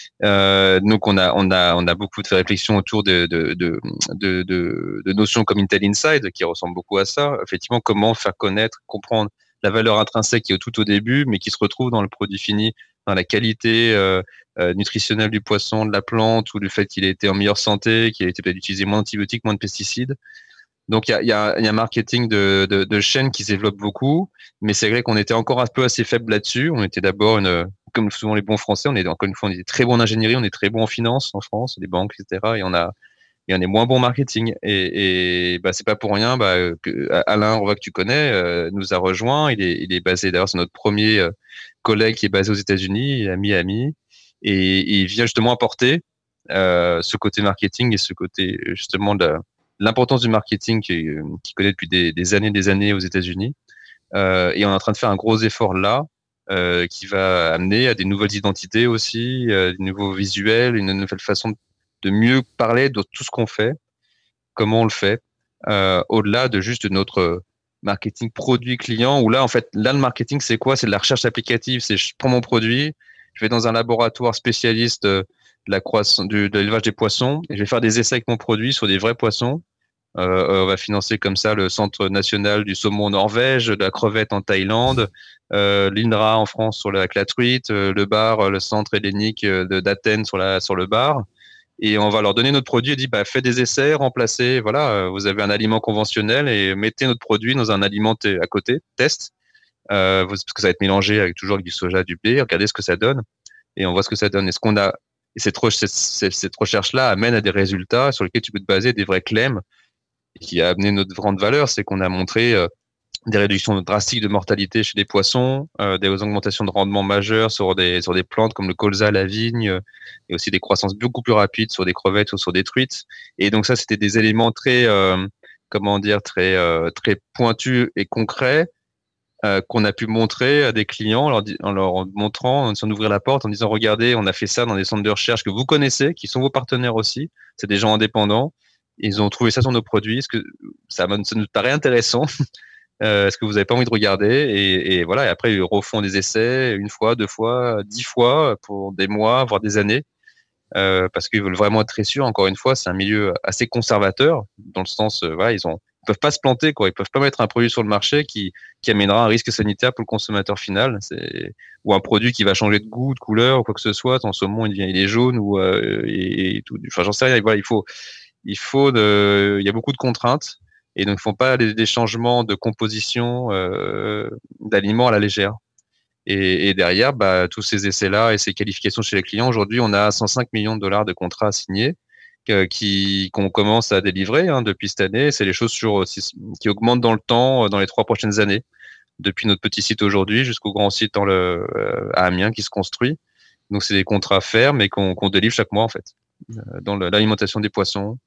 Euh, donc on a on a on a beaucoup de réflexions autour de de de de, de, de notions comme Intel Inside qui ressemblent beaucoup à ça. Effectivement, comment faire connaître, comprendre la valeur intrinsèque qui est tout au début, mais qui se retrouve dans le produit fini, dans la qualité euh, euh, nutritionnelle du poisson, de la plante, ou du fait qu'il ait été en meilleure santé, qu'il ait été peut-être utilisé moins d'antibiotiques, moins de pesticides. Donc il y a, y, a, y a un marketing de, de, de chaîne qui se développe beaucoup, mais c'est vrai qu'on était encore un peu assez faible là-dessus. On était d'abord une, comme souvent les bons Français, on est encore une fois on est très bon en ingénierie, on est très bon en finance en France, les banques, et cetera. Et on a et on est moins bon en marketing. Et, et bah c'est pas pour rien. Bah que Alain Rovac que tu connais euh, nous a rejoint. Il est il est basé d'ailleurs c'est notre premier euh, collègue qui est basé aux États-Unis, à Miami, et, et il vient justement apporter euh, ce côté marketing et ce côté justement de la, l'importance du marketing qu'il qui connaît depuis des, des années des années aux États-Unis. Euh, et on est en train de faire un gros effort là euh, qui va amener à des nouvelles identités aussi, euh, des nouveaux visuels, une nouvelle façon de de mieux parler de tout ce qu'on fait, comment on le fait, euh, au-delà de juste notre marketing produit client, où là, en fait, là, le marketing, c'est quoi? C'est de la recherche applicative. C'est je prends mon produit, je vais dans un laboratoire spécialiste de la croissance, du, de l'élevage des poissons, et je vais faire des essais avec mon produit sur des vrais poissons. Euh, on va financer comme ça le Centre national du saumon en Norvège, de la crevette en Thaïlande, euh, l'INRA en France sur la, avec la truite, euh, le bar, le centre hellénique de, d'Athènes sur, la, sur le bar. Et on va leur donner notre produit et dit bah faites des essais, remplacez, voilà, vous avez un aliment conventionnel et mettez notre produit dans un aliment t- à côté, test, euh, parce que ça va être mélangé avec toujours avec du soja, du blé, regardez ce que ça donne et on voit ce que ça donne. Et ce qu'on a et cette, re- cette, cette, cette recherche-là amène à des résultats sur lesquels tu peux te baser, des vrais claims, et qui a amené notre grande valeur, c'est qu'on a montré euh, des réductions drastiques de mortalité chez les poissons, euh, des augmentations de rendement majeures sur des sur des plantes comme le colza, la vigne, euh, et aussi des croissances beaucoup plus rapides sur des crevettes ou sur des truites. Et donc ça, c'était des éléments très euh, comment dire très euh, très pointus et concrets euh, qu'on a pu montrer à des clients en leur, di- en leur montrant, en essayant d'ouvrir la porte, en disant regardez, on a fait ça dans des centres de recherche que vous connaissez, qui sont vos partenaires aussi. C'est des gens indépendants. Ils ont trouvé ça sur nos produits. Est-ce que ça, ça nous paraît intéressant? Euh, Est-ce que vous n'avez pas envie de regarder et, et voilà. Et après, ils refont des essais une fois, deux fois, dix fois pour des mois, voire des années, euh, parce qu'ils veulent vraiment être très sûrs. Encore une fois, c'est un milieu assez conservateur dans le sens, euh, voilà, ils ont, ils peuvent pas se planter, quoi. Ils peuvent pas mettre un produit sur le marché qui qui amènera un risque sanitaire pour le consommateur final. C'est ou un produit qui va changer de goût, de couleur ou quoi que ce soit. Ton saumon, il devient, il est jaune ou euh, et, et tout. Enfin, j'en sais rien. Voilà, il faut il faut de, il y a beaucoup de contraintes et donc ils font pas des, des changements de composition euh, d'aliments à la légère. Et, et derrière, bah, tous ces essais-là et ces qualifications chez les clients, aujourd'hui, on a cent cinq millions de dollars de contrats signés euh, qui qu'on commence à délivrer hein, depuis cette année. C'est les choses sur qui augmentent dans le temps, dans les trois prochaines années, depuis notre petit site aujourd'hui jusqu'au grand site dans le, euh, à Amiens qui se construit. Donc c'est des contrats fermes et qu'on qu'on délivre chaque mois en fait, euh, dans le, l'alimentation des poissons,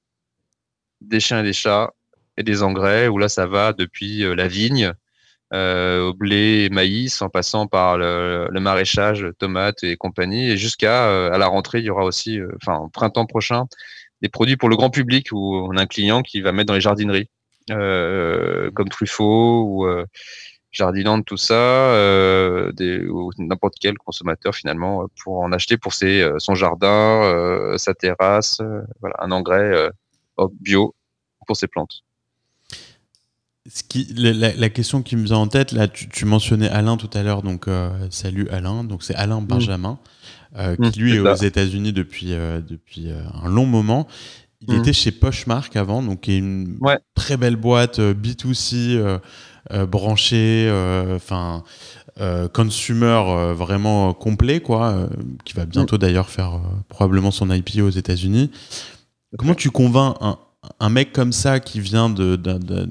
des chiens et des chats et des engrais, où là, ça va depuis euh, la vigne euh, au blé et maïs, en passant par le, le maraîchage, tomates et compagnie, et jusqu'à euh, à la rentrée, il y aura aussi, euh, enfin, au printemps prochain, des produits pour le grand public où on a un client qui va mettre dans les jardineries, euh, comme Truffaut ou euh, Jardiland, tout ça, euh, des, ou n'importe quel consommateur finalement pour en acheter pour ses, euh, son jardin, euh, sa terrasse, euh, voilà, un engrais euh, bio pour ses plantes. Ce qui, la, la, la question qui me vient en tête, là, tu, tu mentionnais Alain tout à l'heure, donc euh, salut Alain, donc c'est Alain Benjamin, mmh. euh, qui lui mmh, est, est aux États-Unis depuis, euh, depuis euh, un long moment. Il mmh. était chez Poshmark avant, donc qui est une ouais. très belle boîte euh, B deux C euh, euh, branchée, enfin euh, euh, consumer euh, vraiment complet, quoi, euh, qui va bientôt mmh. d'ailleurs faire euh, probablement son I P O aux États-Unis. Okay. Comment tu convaincs un, un mec comme ça qui vient de, de, de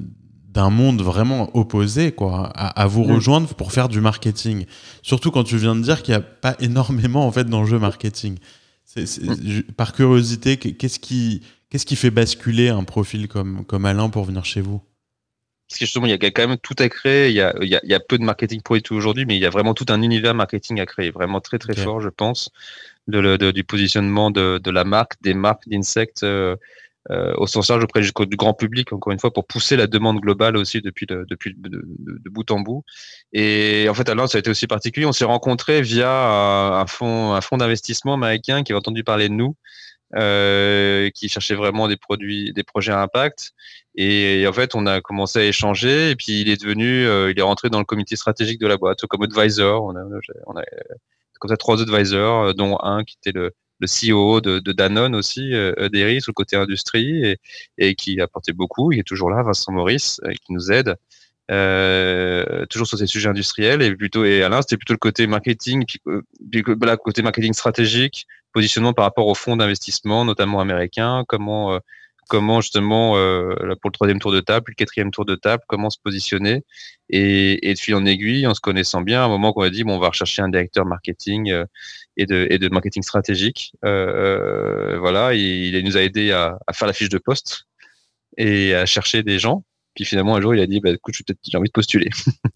d'un monde vraiment opposé, quoi, à, à vous Mmh. rejoindre pour faire du marketing. Surtout quand tu viens de dire qu'il n'y a pas énormément en fait d'enjeux marketing. C'est, c'est, Mmh. je- par curiosité, qu'est-ce qui, qu'est-ce qui fait basculer un profil comme, comme Alain pour venir chez vous? Parce que justement, il y a quand même tout à créer. Il y a, il y a, il y a peu de marketing pour tout aujourd'hui, mais il y a vraiment tout un univers marketing à créer, vraiment très très Ok. fort, je pense, de, le- de- du positionnement de, de la marque, des marques d'insectes euh, euh, au sens large auprès jusqu'au du grand public, encore une fois, pour pousser la demande globale aussi depuis le, depuis le- de, de- de bout en bout. Et en fait, Alain, ça a été aussi particulier. On s'est rencontrés via un, un fonds, un fonds d'investissement américain qui avait entendu parler de nous euh, qui cherchait vraiment des produits, des projets à impact. Et, et en fait, on a commencé à échanger. Et puis, il est devenu, euh, il est rentré dans le comité stratégique de la boîte comme advisor. On a, on a comme ça trois advisors, euh, dont un qui était le, le C O O de, de Danone aussi, euh, Derry, sur le côté industrie, et, et qui a apporté beaucoup. Il est toujours là, Vincent Maurice, euh, qui nous aide. Euh, toujours sur ces sujets industriels et plutôt et Alain c'était plutôt le côté marketing puis, euh, puis voilà, côté marketing stratégique, positionnement par rapport aux fonds d'investissement notamment américains, comment euh, comment justement euh, là, pour le troisième tour de table, le quatrième tour de table, comment se positionner et, et de fil en aiguille en se connaissant bien à un moment qu'on a dit bon on va rechercher un directeur marketing euh, et de et de marketing stratégique euh, euh, voilà et il nous a aidé à, à faire la fiche de poste et à chercher des gens. Puis finalement, un jour, il a dit, bah, écoute, j'ai peut-être, j'ai envie de postuler,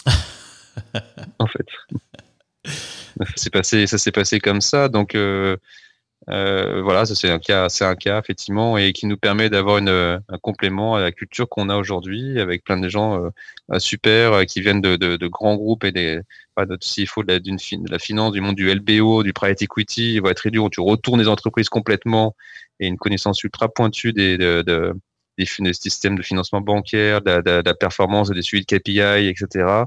en fait. Ça s'est passé, ça s'est passé comme ça. Donc, euh, euh, voilà, ça c'est un cas, c'est un cas, effectivement, et qui nous permet d'avoir une, un complément à la culture qu'on a aujourd'hui avec plein de gens euh, super euh, qui viennent de, de, de grands groupes et des, pas notre C F O de la, d'une, de la finance, du monde du L B O, du private equity, il va être réduit où tu retournes les entreprises complètement et une connaissance ultra pointue des, de, de des, des systèmes de financement bancaire, de la, de la performance et des suivis de K P I, et cetera.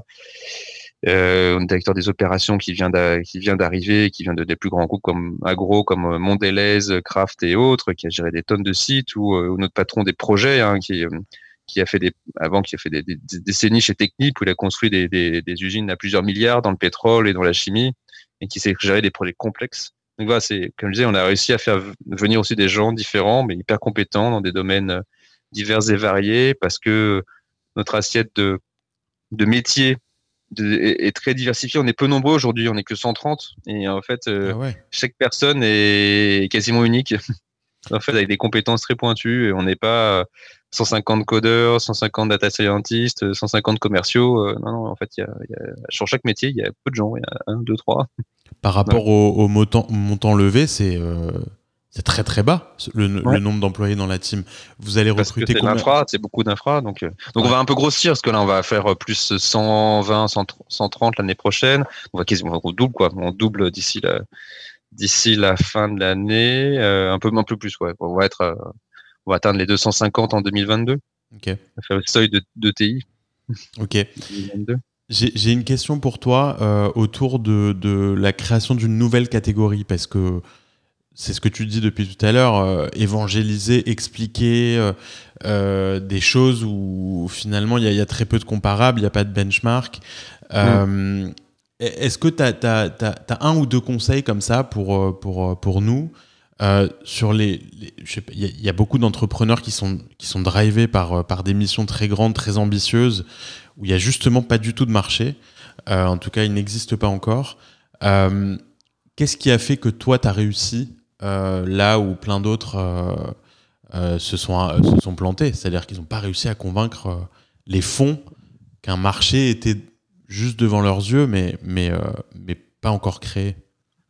Euh, on est directeur des opérations qui vient d'a- qui vient d'arriver, qui vient de des plus grands groupes comme Agro, comme euh, Mondelez, Kraft et autres, qui a géré des tonnes de sites, ou, euh, ou notre patron des projets, hein, qui euh, qui a fait des avant qui a fait des, des, des décennies chez Technip où il a construit des, des, des usines à plusieurs milliards dans le pétrole et dans la chimie et qui sait gérer des projets complexes. Donc voilà, c'est comme je disais, on a réussi à faire venir aussi des gens différents mais hyper compétents dans des domaines euh, divers et variés parce que notre assiette de de métiers de, est, est très diversifiée. On est peu nombreux aujourd'hui, on est que cent trente. Et en fait, euh, Ah ouais. chaque personne est quasiment unique. En fait, avec des compétences très pointues. Et on n'est pas cent cinquante codeurs, cent cinquante data scientists, cent cinquante commerciaux. Euh, non, non, en fait, il y a, il y a, sur chaque métier, il y a peu de gens. Il y a un, deux, trois. Par Voilà. rapport au, au montant, montant levé, c'est euh, c'est très très bas le, Ouais. le nombre d'employés dans la team. Vous allez Parce que recruter c'est combien? l'infra, c'est beaucoup d'infra. Donc, euh, donc on Ouais. va un peu grossir, parce que là, on va faire plus cent vingt, cent trente l'année prochaine. On va quasiment, on double, quoi. On double d'ici la, d'ici la fin de l'année, euh, un peu un peu plus, ouais. On va être, euh, on va atteindre les deux cent cinquante en deux mille vingt-deux. Ok. On va faire le seuil de, de T I Ok. deux mille vingt-deux. J'ai j'ai une question pour toi euh, autour de, de la création d'une nouvelle catégorie parce que c'est ce que tu dis depuis tout à l'heure, euh, évangéliser, expliquer euh, euh, des choses où finalement il y, a- il y a très peu de comparables, il n'y a pas de benchmark. Mm. Euh, Est-ce que tu as, un ou deux conseils comme ça pour, euh, pour, euh, pour nous euh, sur les, les- je sais pas, il y, a- il y a beaucoup d'entrepreneurs qui sont, qui sont drivés par, euh, par des missions très grandes, très ambitieuses, où il n'y a justement pas du tout de marché. Euh, en tout cas, il n'existe pas encore. Euh, Qu'est-ce qui a fait que toi, tu as réussi euh, là où plein d'autres euh, euh, se, sont, euh, se sont plantés? C'est-à-dire qu'ils n'ont pas réussi à convaincre euh, les fonds qu'un marché était juste devant leurs yeux, mais, mais, euh, mais pas encore créé.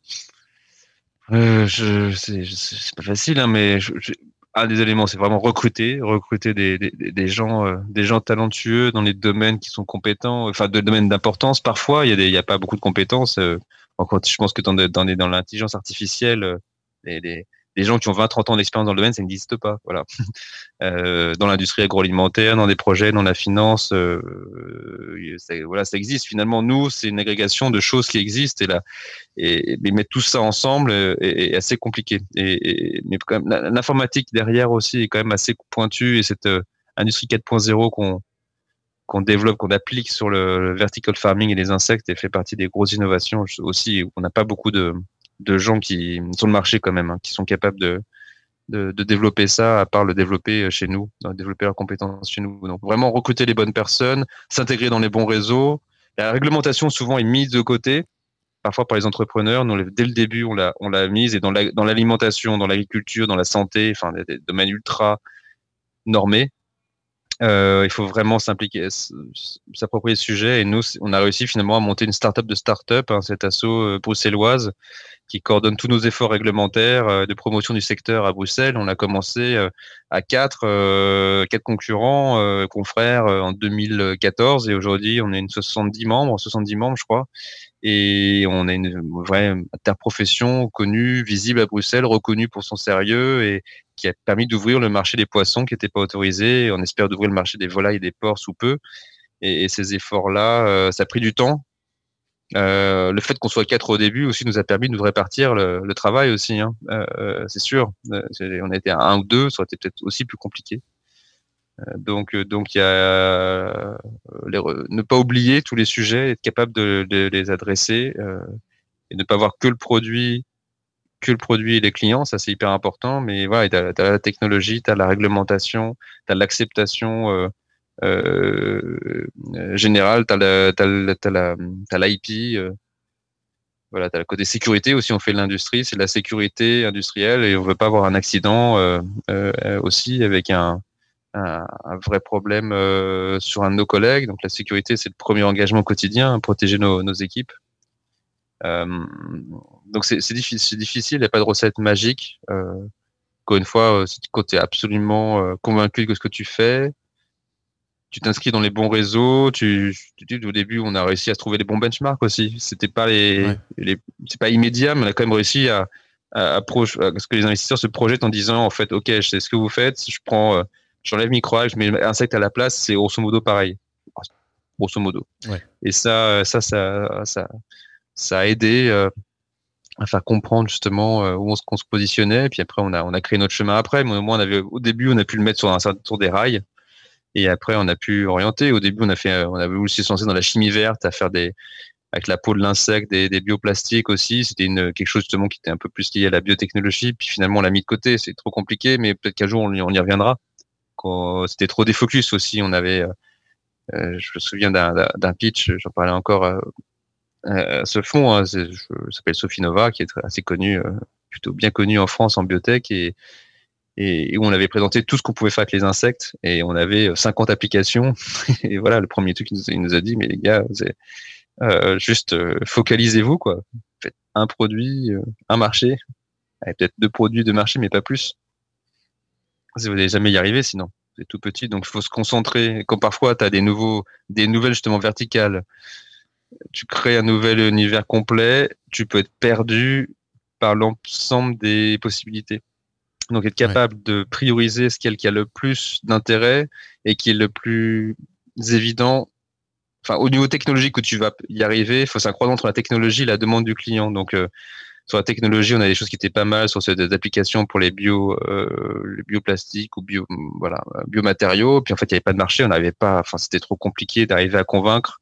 Euh, je, c'est, je- c'est pas facile, hein, mais je, je- un des éléments, c'est vraiment recruter, recruter des, des, des des gens, euh, des gens talentueux dans les domaines qui sont compétents, enfin, de domaines d'importance. Parfois, il y a des, il y a pas beaucoup de compétences. Euh, encore, je pense que dans, des- dans, des- dans l'intelligence artificielle, euh, les, les, les gens qui ont vingt, trente ans d'expérience dans le domaine, ça n'existe pas. Voilà. Euh, dans l'industrie agroalimentaire, dans des projets, dans la finance, euh, euh, ça, voilà, ça existe. Finalement, nous, c'est une agrégation de choses qui existent et là, et, mais mettre tout ça ensemble euh, est, est assez compliqué. Et, et mais quand même, la- l'informatique derrière aussi est quand même assez pointue et cette euh, industrie quatre point zéro qu'on qu'on développe, qu'on applique sur le, le vertical farming et les insectes, et fait partie des grosses innovations aussi. On n'a pas beaucoup de de gens qui sur le marché quand même, hein, qui sont capables de de, de développer ça, à part le développer chez nous, de développer leurs compétences chez nous. Donc vraiment recruter les bonnes personnes, s'intégrer dans les bons réseaux. La réglementation souvent est mise de côté, parfois par les entrepreneurs. Nous, dès le début, on l'a, on l'a mise, et dans, la, dans l'alimentation, dans l'agriculture, dans la santé, enfin des, des domaines ultra normés. Euh, il faut vraiment s'impliquer, s'approprier le sujet. Et nous, on a réussi finalement à monter une start-up de start-up, hein, cette asso bruxelloise qui coordonne tous nos efforts réglementaires euh, de promotion du secteur à Bruxelles. On a commencé euh, à quatre, euh, quatre concurrents, euh, confrères euh, en deux mille quatorze, et aujourd'hui on est une soixante-dix membres, soixante-dix membres je crois, et on a une vraie interprofession connue, visible à Bruxelles, reconnue pour son sérieux, et qui a permis d'ouvrir le marché des poissons qui n'était pas autorisé. On espère d'ouvrir le marché des volailles et des porcs sous peu. Et, et ces efforts-là, euh, ça a pris du temps. Euh, le fait qu'on soit quatre au début aussi nous a permis de nous répartir le, le travail aussi, hein. Euh, c'est sûr. Euh, on était à un ou deux, ça aurait été peut-être aussi plus compliqué. Euh, donc, donc il y a euh, les, ne pas oublier tous les sujets, être capable de, de les adresser euh, et ne pas voir que le produit, que le produit et les clients. Ça c'est hyper important. Mais voilà, t'as, t'as la technologie, t'as la réglementation, t'as l'acceptation. Euh, Euh, général, t'as la, t'as la, t'as la, t'as l'I P, euh, voilà, t'as le côté sécurité aussi. On fait de l'industrie, c'est de la sécurité industrielle, et on veut pas avoir un accident euh, euh, aussi avec un, un, un vrai problème euh, sur un de nos collègues. Donc la sécurité, c'est le premier engagement quotidien, protéger nos, nos équipes. Euh, donc c'est, c'est difficile, c'est difficile, il n'y a pas de recette magique. Euh, encore une fois, quand tu es absolument euh, convaincu de ce que tu fais, tu t'inscris dans les bons réseaux. Tu, tu, au début, on a réussi à se trouver les bons benchmarks aussi. C'était pas les, ouais. les c'est pas immédiat, mais on a quand même réussi à, à, à, pro, à ce que les investisseurs se projettent en disant, en fait, ok, je sais ce que vous faites. Je prends, euh, j'enlève microalgues, je mets insectes à la place. C'est grosso modo pareil, grosso modo. Ouais. Et ça, ça, ça, ça, ça a aidé euh, à faire comprendre justement euh, où on se, qu'on se positionnait. Et puis après, on a, on a créé notre chemin après. Mais au moins, on avait, au début, on a pu le mettre sur un sur des rails. Et après, on a pu orienter. Au début, on a fait, on avait aussi se lancer dans la chimie verte, à faire des, avec la peau de l'insecte, des, des bioplastiques aussi. C'était une, quelque chose justement qui était un peu plus lié à la biotechnologie. Puis finalement, on l'a mis de côté. C'est trop compliqué, mais peut-être qu'un jour, on y, on y reviendra. Quand c'était trop défocus aussi. On avait, euh, je me souviens d'un, d'un pitch, j'en parlais encore, euh, euh, ce fonds, hein, c'est, je, ça s'appelle Sofinova, qui est assez connu, euh, plutôt bien connu en France en biotech, et et où on avait présenté tout ce qu'on pouvait faire avec les insectes, et on avait cinquante applications. Et voilà, le premier truc, il nous, il nous a dit, mais les gars, c'est, euh, juste euh, focalisez-vous, quoi. Faites un produit, euh, un marché, avec peut-être deux produits de marché, mais pas plus. Vous n'allez jamais y arriver, sinon. C'est tout petit, donc il faut se concentrer. Quand parfois, tu as des, nouveaux, des nouvelles justement verticales, tu crées un nouvel univers complet, tu peux être perdu par l'ensemble des possibilités. Donc, être capable ouais. de prioriser ce qui a le plus d'intérêt et qui est le plus évident. Enfin, au niveau technologique où tu vas y arriver, il faut s'incroiser entre la technologie et la demande du client. Donc, euh, sur la technologie, on a des choses qui étaient pas mal sur ces applications pour les bio, euh, les bioplastiques ou bio, voilà, biomatériaux. Puis en fait, il n'y avait pas de marché, on n'avait pas. Enfin, c'était trop compliqué d'arriver à convaincre.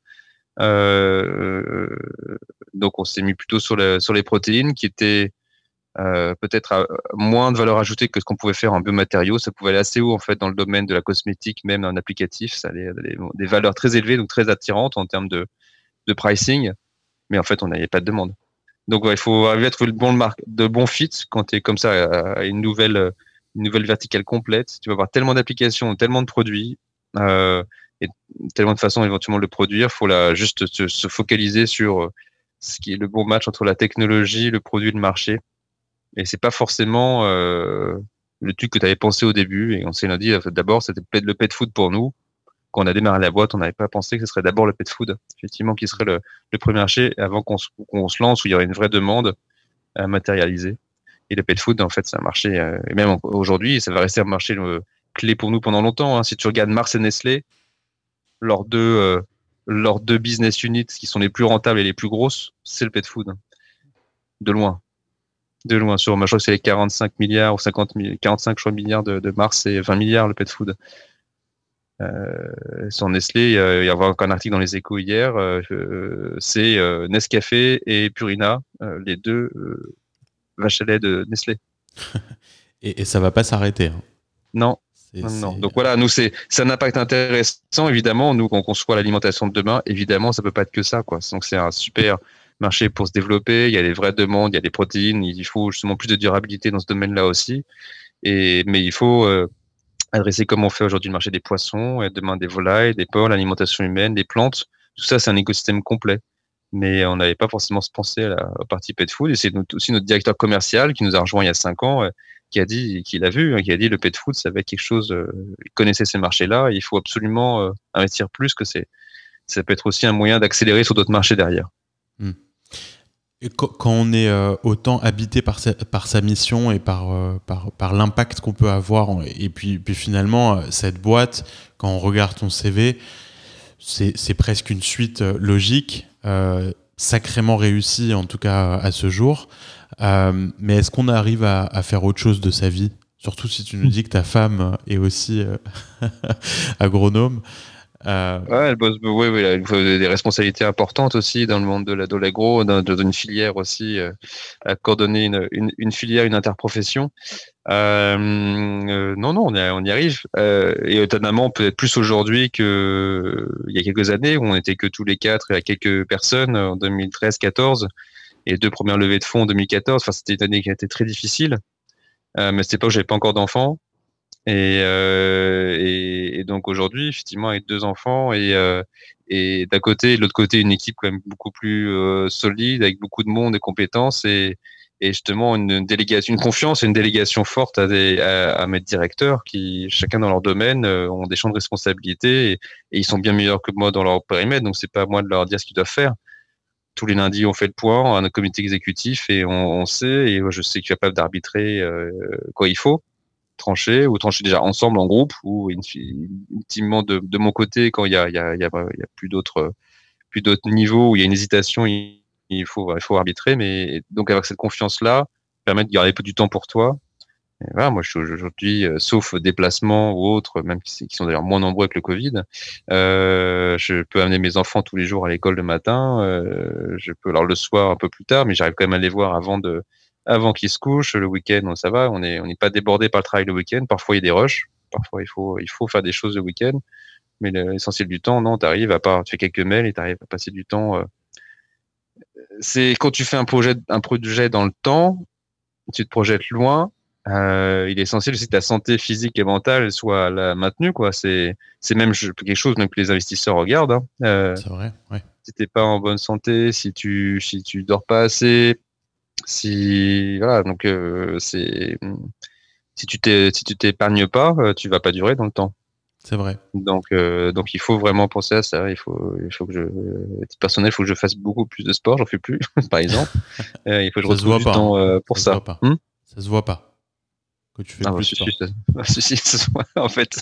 Euh, donc, on s'est mis plutôt sur, le, sur les protéines qui étaient Euh, peut-être à moins de valeur ajoutée que ce qu'on pouvait faire en biomatériaux. Ça pouvait aller assez haut en fait dans le domaine de la cosmétique, même dans un applicatif. Ça allait, allait des valeurs très élevées, donc très attirantes en termes de, de pricing. Mais en fait, on n'avait pas de demande. Donc ouais, il faut arriver à trouver le bon marque, de bon fit quand tu es comme ça à une nouvelle, une nouvelle verticale complète. Tu vas avoir tellement d'applications, tellement de produits euh, et tellement de façons éventuellement de le produire. Il faut là juste se, se focaliser sur ce qui est le bon match entre la technologie, le produit, le marché. Et c'est pas forcément euh, le truc que tu avais pensé au début. Et on s'est dit, d'abord, c'était le pet food pour nous. Quand on a démarré la boîte, on n'avait pas pensé que ce serait d'abord le pet food, effectivement, qui serait le, le premier marché avant qu'on se, qu'on se lance, où il y aurait une vraie demande à matérialiser. Et le pet food, en fait, c'est un marché, euh, et même aujourd'hui, ça va rester un marché euh, clé pour nous pendant longtemps. Hein. Si tu regardes Mars et Nestlé, leurs deux, euh, leurs deux business units qui sont les plus rentables et les plus grosses, c'est le pet food. De loin. De loin, sur, je crois que c'est les quarante-cinq milliards ou cinquante, quarante-cinq je crois, milliards de, de Mars et vingt milliards le pet food. Euh, sur Nestlé, euh, il y avait encore un article dans les Échos hier, euh, c'est euh, Nescafé et Purina, euh, les deux euh, vaches à lait de Nestlé. Et, et ça va pas s'arrêter. Hein. Non. C'est, Non, non. c'est... Donc voilà, nous, c'est, c'est un impact intéressant, évidemment. Nous, quand on conçoit l'alimentation de demain, évidemment, ça peut pas être que ça, quoi. Donc c'est un super marché pour se développer. Il y a des vraies demandes, il y a des protéines. Il faut justement plus de durabilité dans ce domaine-là aussi. Et, mais il faut euh, adresser comme on fait aujourd'hui le marché des poissons, et demain des volailles, des porcs, l'alimentation humaine, des plantes. Tout ça, c'est un écosystème complet. Mais on n'avait pas forcément pensé à la partie pet food. Et c'est notre, aussi notre directeur commercial qui nous a rejoint il y a cinq ans, euh, qui a dit, qui l'a vu, hein, qui a dit le pet food, ça va être quelque chose. Euh, il connaissait ces marchés-là. Et il faut absolument euh, investir plus, que c'est, ça peut être aussi un moyen d'accélérer sur d'autres marchés derrière. Hmm. Et quand, quand on est euh, autant habité par sa, par sa mission et par, euh, par, par l'impact qu'on peut avoir, et puis, puis finalement, cette boîte, quand on regarde ton C V, c'est, c'est presque une suite euh, logique, euh, sacrément réussie en tout cas à ce jour. Euh, mais est-ce qu'on arrive à, à faire autre chose de sa vie ? Surtout si tu nous dis que ta femme est aussi euh, agronome. Euh... Ouais, elle bosse, oui, oui, elle a des responsabilités importantes aussi dans le monde de, la, de l'agro, dans, dans une filière aussi, euh, à coordonner une, une, une filière, une interprofession. Euh, euh, non, non, on y, on y arrive. Euh, et étonnamment, peut-être plus aujourd'hui qu'il euh, y a quelques années, où on n'était que tous les quatre et à quelques personnes en deux mille treize quatorze, et deux premières levées de fonds en deux mille quatorze. Enfin, c'était une année qui a été très difficile. Euh, mais à cette époque, j'avais pas encore d'enfants. Et, euh, et, et donc aujourd'hui, effectivement, avec deux enfants et, euh, et d'un côté et de l'autre côté, une équipe quand même beaucoup plus euh, solide, avec beaucoup de monde et compétences, et, et justement une délégation, une confiance et une délégation forte à, des, à, à mes directeurs qui, chacun dans leur domaine, euh, ont des champs de responsabilité, et, et ils sont bien meilleurs que moi dans leur périmètre. Donc c'est pas à moi de leur dire ce qu'ils doivent faire. Tous les lundis, on fait le point, un comité exécutif, et on, on sait, et je sais qu'il est capable d'arbitrer euh, quoi il faut. Trancher ou trancher déjà ensemble en groupe, ou ultimement de, de mon côté quand il y a, il y a, il y a, il y a plus d'autres plus d'autres niveaux où il y a une hésitation, il, il faut il faut arbitrer. Mais donc avec cette confiance là, permettre de garder un peu du temps pour toi. Et voilà, moi je suis aujourd'hui, euh, sauf déplacement ou autres, même qui, qui sont d'ailleurs moins nombreux avec le Covid, euh, je peux amener mes enfants tous les jours à l'école le matin, euh, je peux alors le soir un peu plus tard, mais j'arrive quand même à les voir avant de avant qu'ils se couchent. Le week-end, ça va, on est on n'est pas débordé par le travail le week-end. Parfois il y a des rushs, parfois il faut il faut faire des choses le week-end, mais l'essentiel du temps, non, t'arrives à part, tu fais quelques mails et t'arrives à passer du temps. Euh, c'est quand tu fais un projet un projet dans le temps, tu te projettes loin. Euh, il est essentiel aussi que ta santé physique et mentale soit la maintenue, quoi. C'est, c'est même quelque chose même que les investisseurs regardent. Hein. Euh, c'est vrai, ouais. Si t'es pas en bonne santé, si tu, si tu dors pas assez, si, voilà, donc euh, c'est, si tu t'es, si tu t'épargnes pas, euh, tu vas pas durer dans le temps. C'est vrai. Donc, euh, donc il faut vraiment penser à ça. Il faut, il faut que je, à titre personnel, il faut que je fasse beaucoup plus de sport. J'en fais plus, par exemple. Euh, il faut que je ça se retrouve voit du pas, temps hein. euh, pour ça. ça. Se voit pas. Hum ça se voit pas. Que tu fais Ah, plus bah, de si, sport. si, si, si, si, en fait,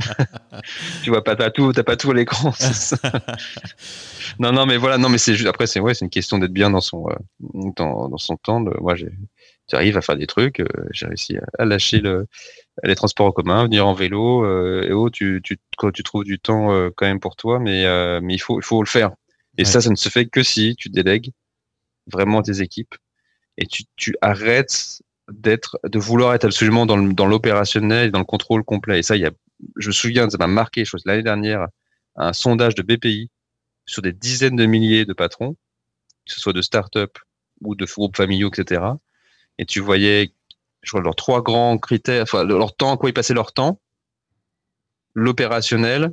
tu vois pas, t'as tout, t'as pas tout à l'écran. C'est ça. Non, non, mais voilà, non, mais c'est juste, après, c'est, ouais, c'est une question d'être bien dans son, euh, dans, dans son temps. De, moi, j'ai, j'arrive à faire des trucs, euh, j'ai réussi à, à lâcher le, les transports en commun, venir en vélo, euh, et oh, tu, tu, quand tu trouves du temps, euh, quand même pour toi, mais, euh, mais il faut, il faut le faire. Et ouais. ça, ça ne se fait que si tu délègues vraiment tes équipes et tu, tu arrêtes d'être, de vouloir être absolument dans, le, dans l'opérationnel, dans le contrôle complet. Et ça, il y a, je me souviens, ça m'a marqué, je pense, l'année dernière, un sondage de B P I sur des dizaines de milliers de patrons, que ce soit de start-up ou de groupes familiaux, et cetera. Et tu voyais, je crois, leurs trois grands critères, enfin, leur temps, quoi ils passaient leur temps, l'opérationnel,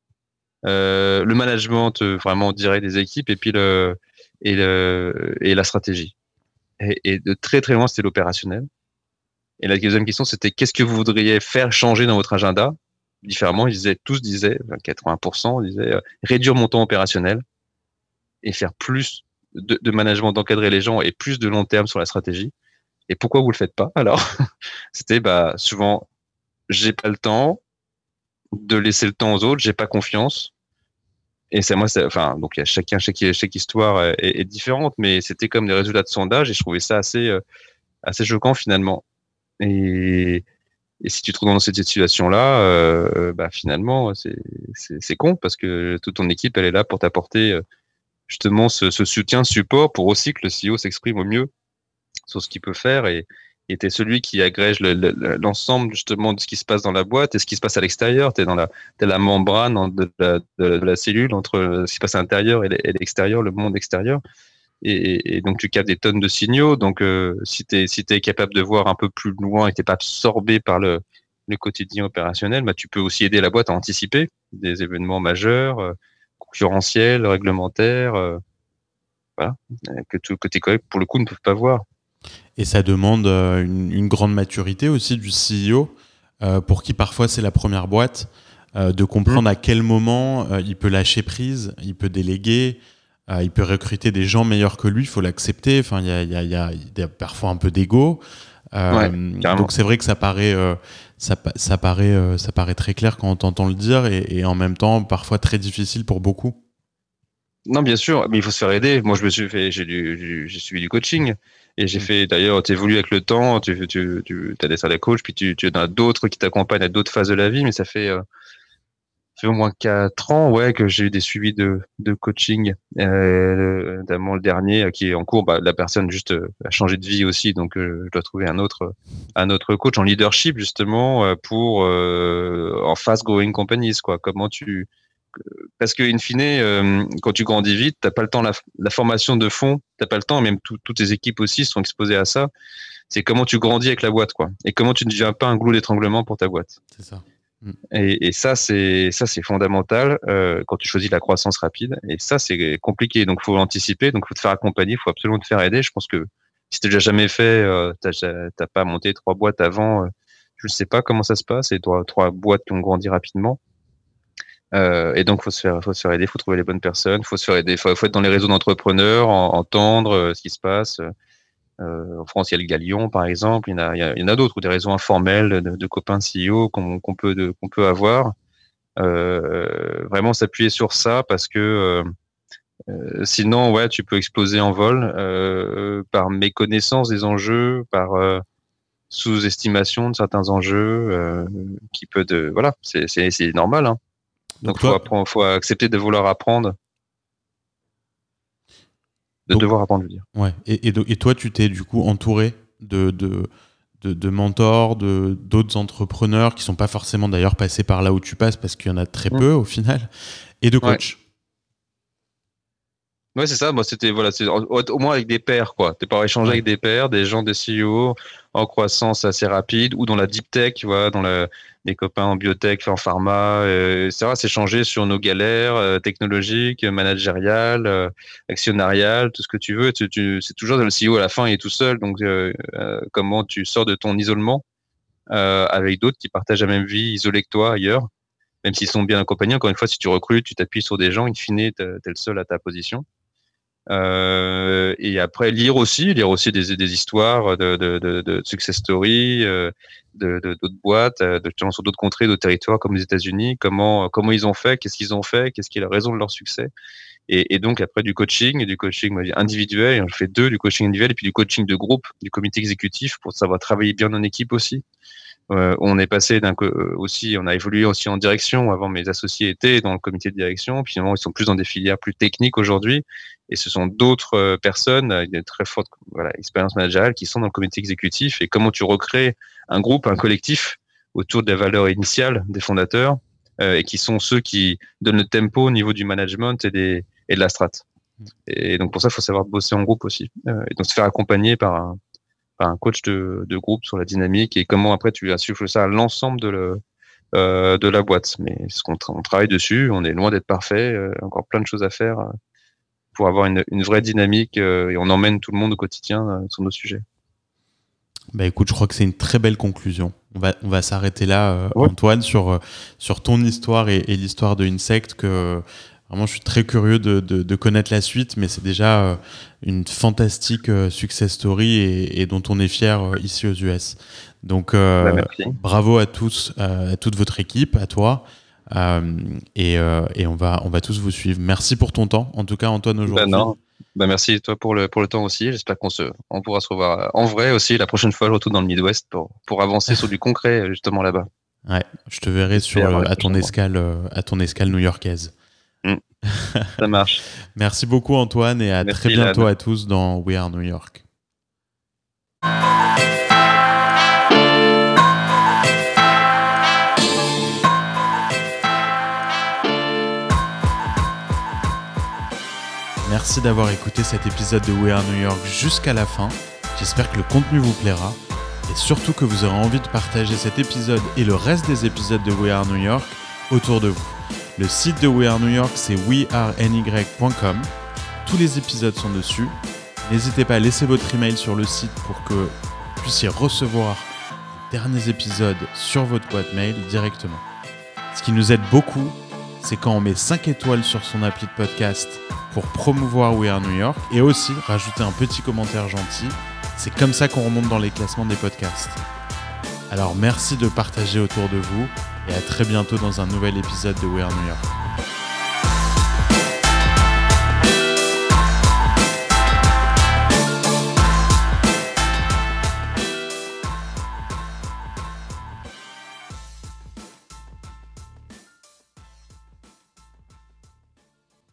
euh, le management, euh, vraiment, direct des équipes, et puis le, et le, et la stratégie. Et, et de très, très loin, c'était l'opérationnel. Et la deuxième question, c'était qu'est-ce que vous voudriez faire changer dans votre agenda différemment? Ils disaient, tous disaient, quatre-vingts pour cent disaient, euh, réduire mon temps opérationnel et faire plus de, de management, d'encadrer les gens et plus de long terme sur la stratégie. Et pourquoi vous le faites pas? Alors, c'était bah souvent, j'ai pas le temps de laisser le temps aux autres, j'ai pas confiance. Et c'est moi, c'est, enfin, donc il y a chacun, chaque, chaque histoire est, est différente, mais c'était comme des résultats de sondage et je trouvais ça assez, euh, assez choquant finalement. Et, et si tu te trouves dans cette situation-là, euh, bah finalement, c'est, c'est, c'est con parce que toute ton équipe, elle est là pour t'apporter euh, justement ce, ce soutien, ce support pour aussi que le C E O s'exprime au mieux sur ce qu'il peut faire et, et tu es celui qui agrège le, le, l'ensemble justement de ce qui se passe dans la boîte et ce qui se passe à l'extérieur. Tu es dans la, t'es la membrane de la, de, de la cellule entre ce qui se passe à l'intérieur et l'extérieur, le monde extérieur. Et, et donc, tu captes des tonnes de signaux. Donc, euh, si tu es si t'es capable de voir un peu plus loin et que tu n'es pas absorbé par le, le quotidien opérationnel, bah, tu peux aussi aider la boîte à anticiper des événements majeurs, euh, concurrentiels, réglementaires, euh, voilà, que, tout, que tes collègues, pour le coup, ne peuvent pas voir. Et ça demande euh, une, une grande maturité aussi du C E O, euh, pour qui parfois c'est la première boîte, euh, de comprendre mmh. à quel moment euh, il peut lâcher prise, il peut déléguer. Euh, il peut recruter des gens meilleurs que lui, il faut l'accepter. Enfin, il y a, y a, y a, y a parfois un peu d'ego. Euh, ouais, donc c'est vrai que ça paraît, euh, ça, ça, paraît, euh, ça paraît très clair quand on t'entend le dire, et, et en même temps parfois très difficile pour beaucoup. Non, bien sûr, mais il faut se faire aider. Moi, je me suis fait, j'ai, du, j'ai suivi du coaching et j'ai mmh. fait. D'ailleurs, tu évolues avec le temps. Tu, tu, tu as des salles de coach, puis tu, tu en as d'autres qui t'accompagnent à d'autres phases de la vie. Mais ça fait euh, Ça fait au moins quatre ans, ouais, que j'ai eu des suivis de, de coaching, euh, notamment le dernier qui est en cours. Bah, la personne juste euh, a changé de vie aussi, donc euh, je dois trouver un autre, un autre coach en leadership justement euh, pour euh, en fast growing companies, quoi. Comment tu, parce que in fine, euh, quand tu grandis vite, t'as pas le temps la, la formation de fond, t'as pas le temps. Même tout, toutes tes équipes aussi sont exposées à ça. C'est comment tu grandis avec la boîte, quoi, et comment tu ne deviens pas un goulot d'étranglement pour ta boîte. C'est ça. Et, et ça, c'est ça, c'est fondamental euh, quand tu choisis la croissance rapide. Et ça, c'est compliqué. Donc, faut l'anticiper. Donc, faut te faire accompagner. Faut absolument te faire aider. Je pense que si t'as déjà jamais fait, euh, t'as, t'as pas monté trois boîtes avant. Euh, je ne sais pas comment ça se passe. Et trois, trois boîtes qui ont grandi rapidement. Euh, et donc, faut se faire, faut se faire aider. Faut trouver les bonnes personnes. Faut se faire aider. Faut, faut être dans les réseaux d'entrepreneurs, en, entendre euh, ce qui se passe. Euh, en France, il y a le Galion, par exemple. Il y en a, il y en a d'autres, ou des réseaux informels de, de copains C E O qu'on, qu'on peut, de, qu'on peut avoir. Euh, vraiment s'appuyer sur ça parce que euh, sinon, ouais, tu peux exploser en vol euh, par méconnaissance des enjeux, par euh, sous-estimation de certains enjeux, euh, qui peut de, voilà, c'est, c'est, c'est normal. Hein. Donc, Donc faut, apprendre, faut accepter de vouloir apprendre. De Donc, devoir apprendre, je veux dire. Ouais. Et, et, et toi, tu t'es du coup entouré de, de, de, de mentors, de, d'autres entrepreneurs qui ne sont pas forcément d'ailleurs passés par là où tu passes, parce qu'il y en a très mmh. peu au final, et de coachs. Ouais, ouais c'est ça. Moi, c'était voilà, c'est, au, au moins avec des pairs, quoi. T'es pas échanger ouais. avec des pairs, des gens, des C E O en croissance assez rapide, ou dans la deep tech, tu vois, dans la, des copains en biotech, en pharma, euh, et cetera. S'échanger sur nos galères euh, technologiques, managériales, euh, actionnariales, tout ce que tu veux. Tu, tu, c'est toujours le C E O à la fin, il est tout seul. Donc, euh, euh, comment tu sors de ton isolement euh, avec d'autres qui partagent la même vie, isolés que toi ailleurs, même s'ils sont bien accompagnés. Encore une fois, si tu recrutes, tu t'appuies sur des gens, in fine, t'es, t'es le seul à ta position. Euh, et après lire aussi, lire aussi des, des histoires de, de, de, de success story, euh, de, de d'autres boîtes, de sur d'autres contrées, d'autres territoires comme les États-Unis. Comment comment ils ont fait, qu'est-ce qu'ils ont fait, qu'est-ce qui est la raison de leur succès. Et, et donc après du coaching, et du coaching individuel, je fais deux, du coaching individuel et puis du coaching de groupe, du comité exécutif pour savoir travailler bien en équipe aussi. Euh, on est passé d'un euh, aussi, on a évolué aussi en direction. Avant, mes associés étaient dans le comité de direction. Puis finalement, ils sont plus dans des filières plus techniques aujourd'hui. Et ce sont d'autres euh, personnes avec une très forte voilà, expérience managériale qui sont dans le comité exécutif. Et comment tu recrées un groupe, un collectif autour des valeurs initiales des fondateurs euh, et qui sont ceux qui donnent le tempo au niveau du management et, des, et de la strat. Et donc pour ça, il faut savoir bosser en groupe aussi. Euh, et donc se faire accompagner par un un coach de, de groupe sur la dynamique et comment après tu insuffles ça à l'ensemble de, le, euh, de la boîte. Mais ce qu'on tra- on travaille dessus, on est loin d'être parfait, euh, encore plein de choses à faire euh, pour avoir une, une vraie dynamique euh, et on emmène tout le monde au quotidien euh, sur nos sujets. Bah écoute, je crois que c'est une très belle conclusion. On va, on va s'arrêter là, euh, ouais. Antoine, sur, sur ton histoire et, et l'histoire de Insect, que vraiment je suis très curieux de, de, de connaître la suite, mais c'est déjà euh, une fantastique euh, success story et, et dont on est fier euh, ici aux U S. Donc euh, bah, bravo à tous, euh, à toute votre équipe, à toi, euh, et, euh, et on va, on va tous vous suivre. Merci pour ton temps, en tout cas Antoine, aujourd'hui. Bah non. Bah merci toi pour le pour le temps aussi. J'espère qu'on se on pourra se revoir en vrai aussi la prochaine fois, je retourne dans le Midwest pour pour avancer sur du concret justement là-bas. Ouais, je te verrai sur le, à ton escale à ton escale new-yorkaise. Mmh. Ça marche. Merci beaucoup Antoine et à merci, très bientôt Lan. À tous dans We Are New York. Merci d'avoir écouté cet épisode de We Are New York jusqu'à la fin. J'espère que le contenu vous plaira et surtout que vous aurez envie de partager cet épisode et le reste des épisodes de We Are New York autour de vous. Le site de We Are New York, c'est we are n y point com. Tous les épisodes sont dessus. N'hésitez pas à laisser votre email sur le site pour que vous puissiez recevoir les derniers épisodes sur votre boîte mail directement. Ce qui nous aide beaucoup, c'est quand on met cinq étoiles sur son appli de podcast pour promouvoir We Are New York et aussi rajouter un petit commentaire gentil. C'est comme ça qu'on remonte dans les classements des podcasts. Alors merci de partager autour de vous et à très bientôt dans un nouvel épisode de We Are New York.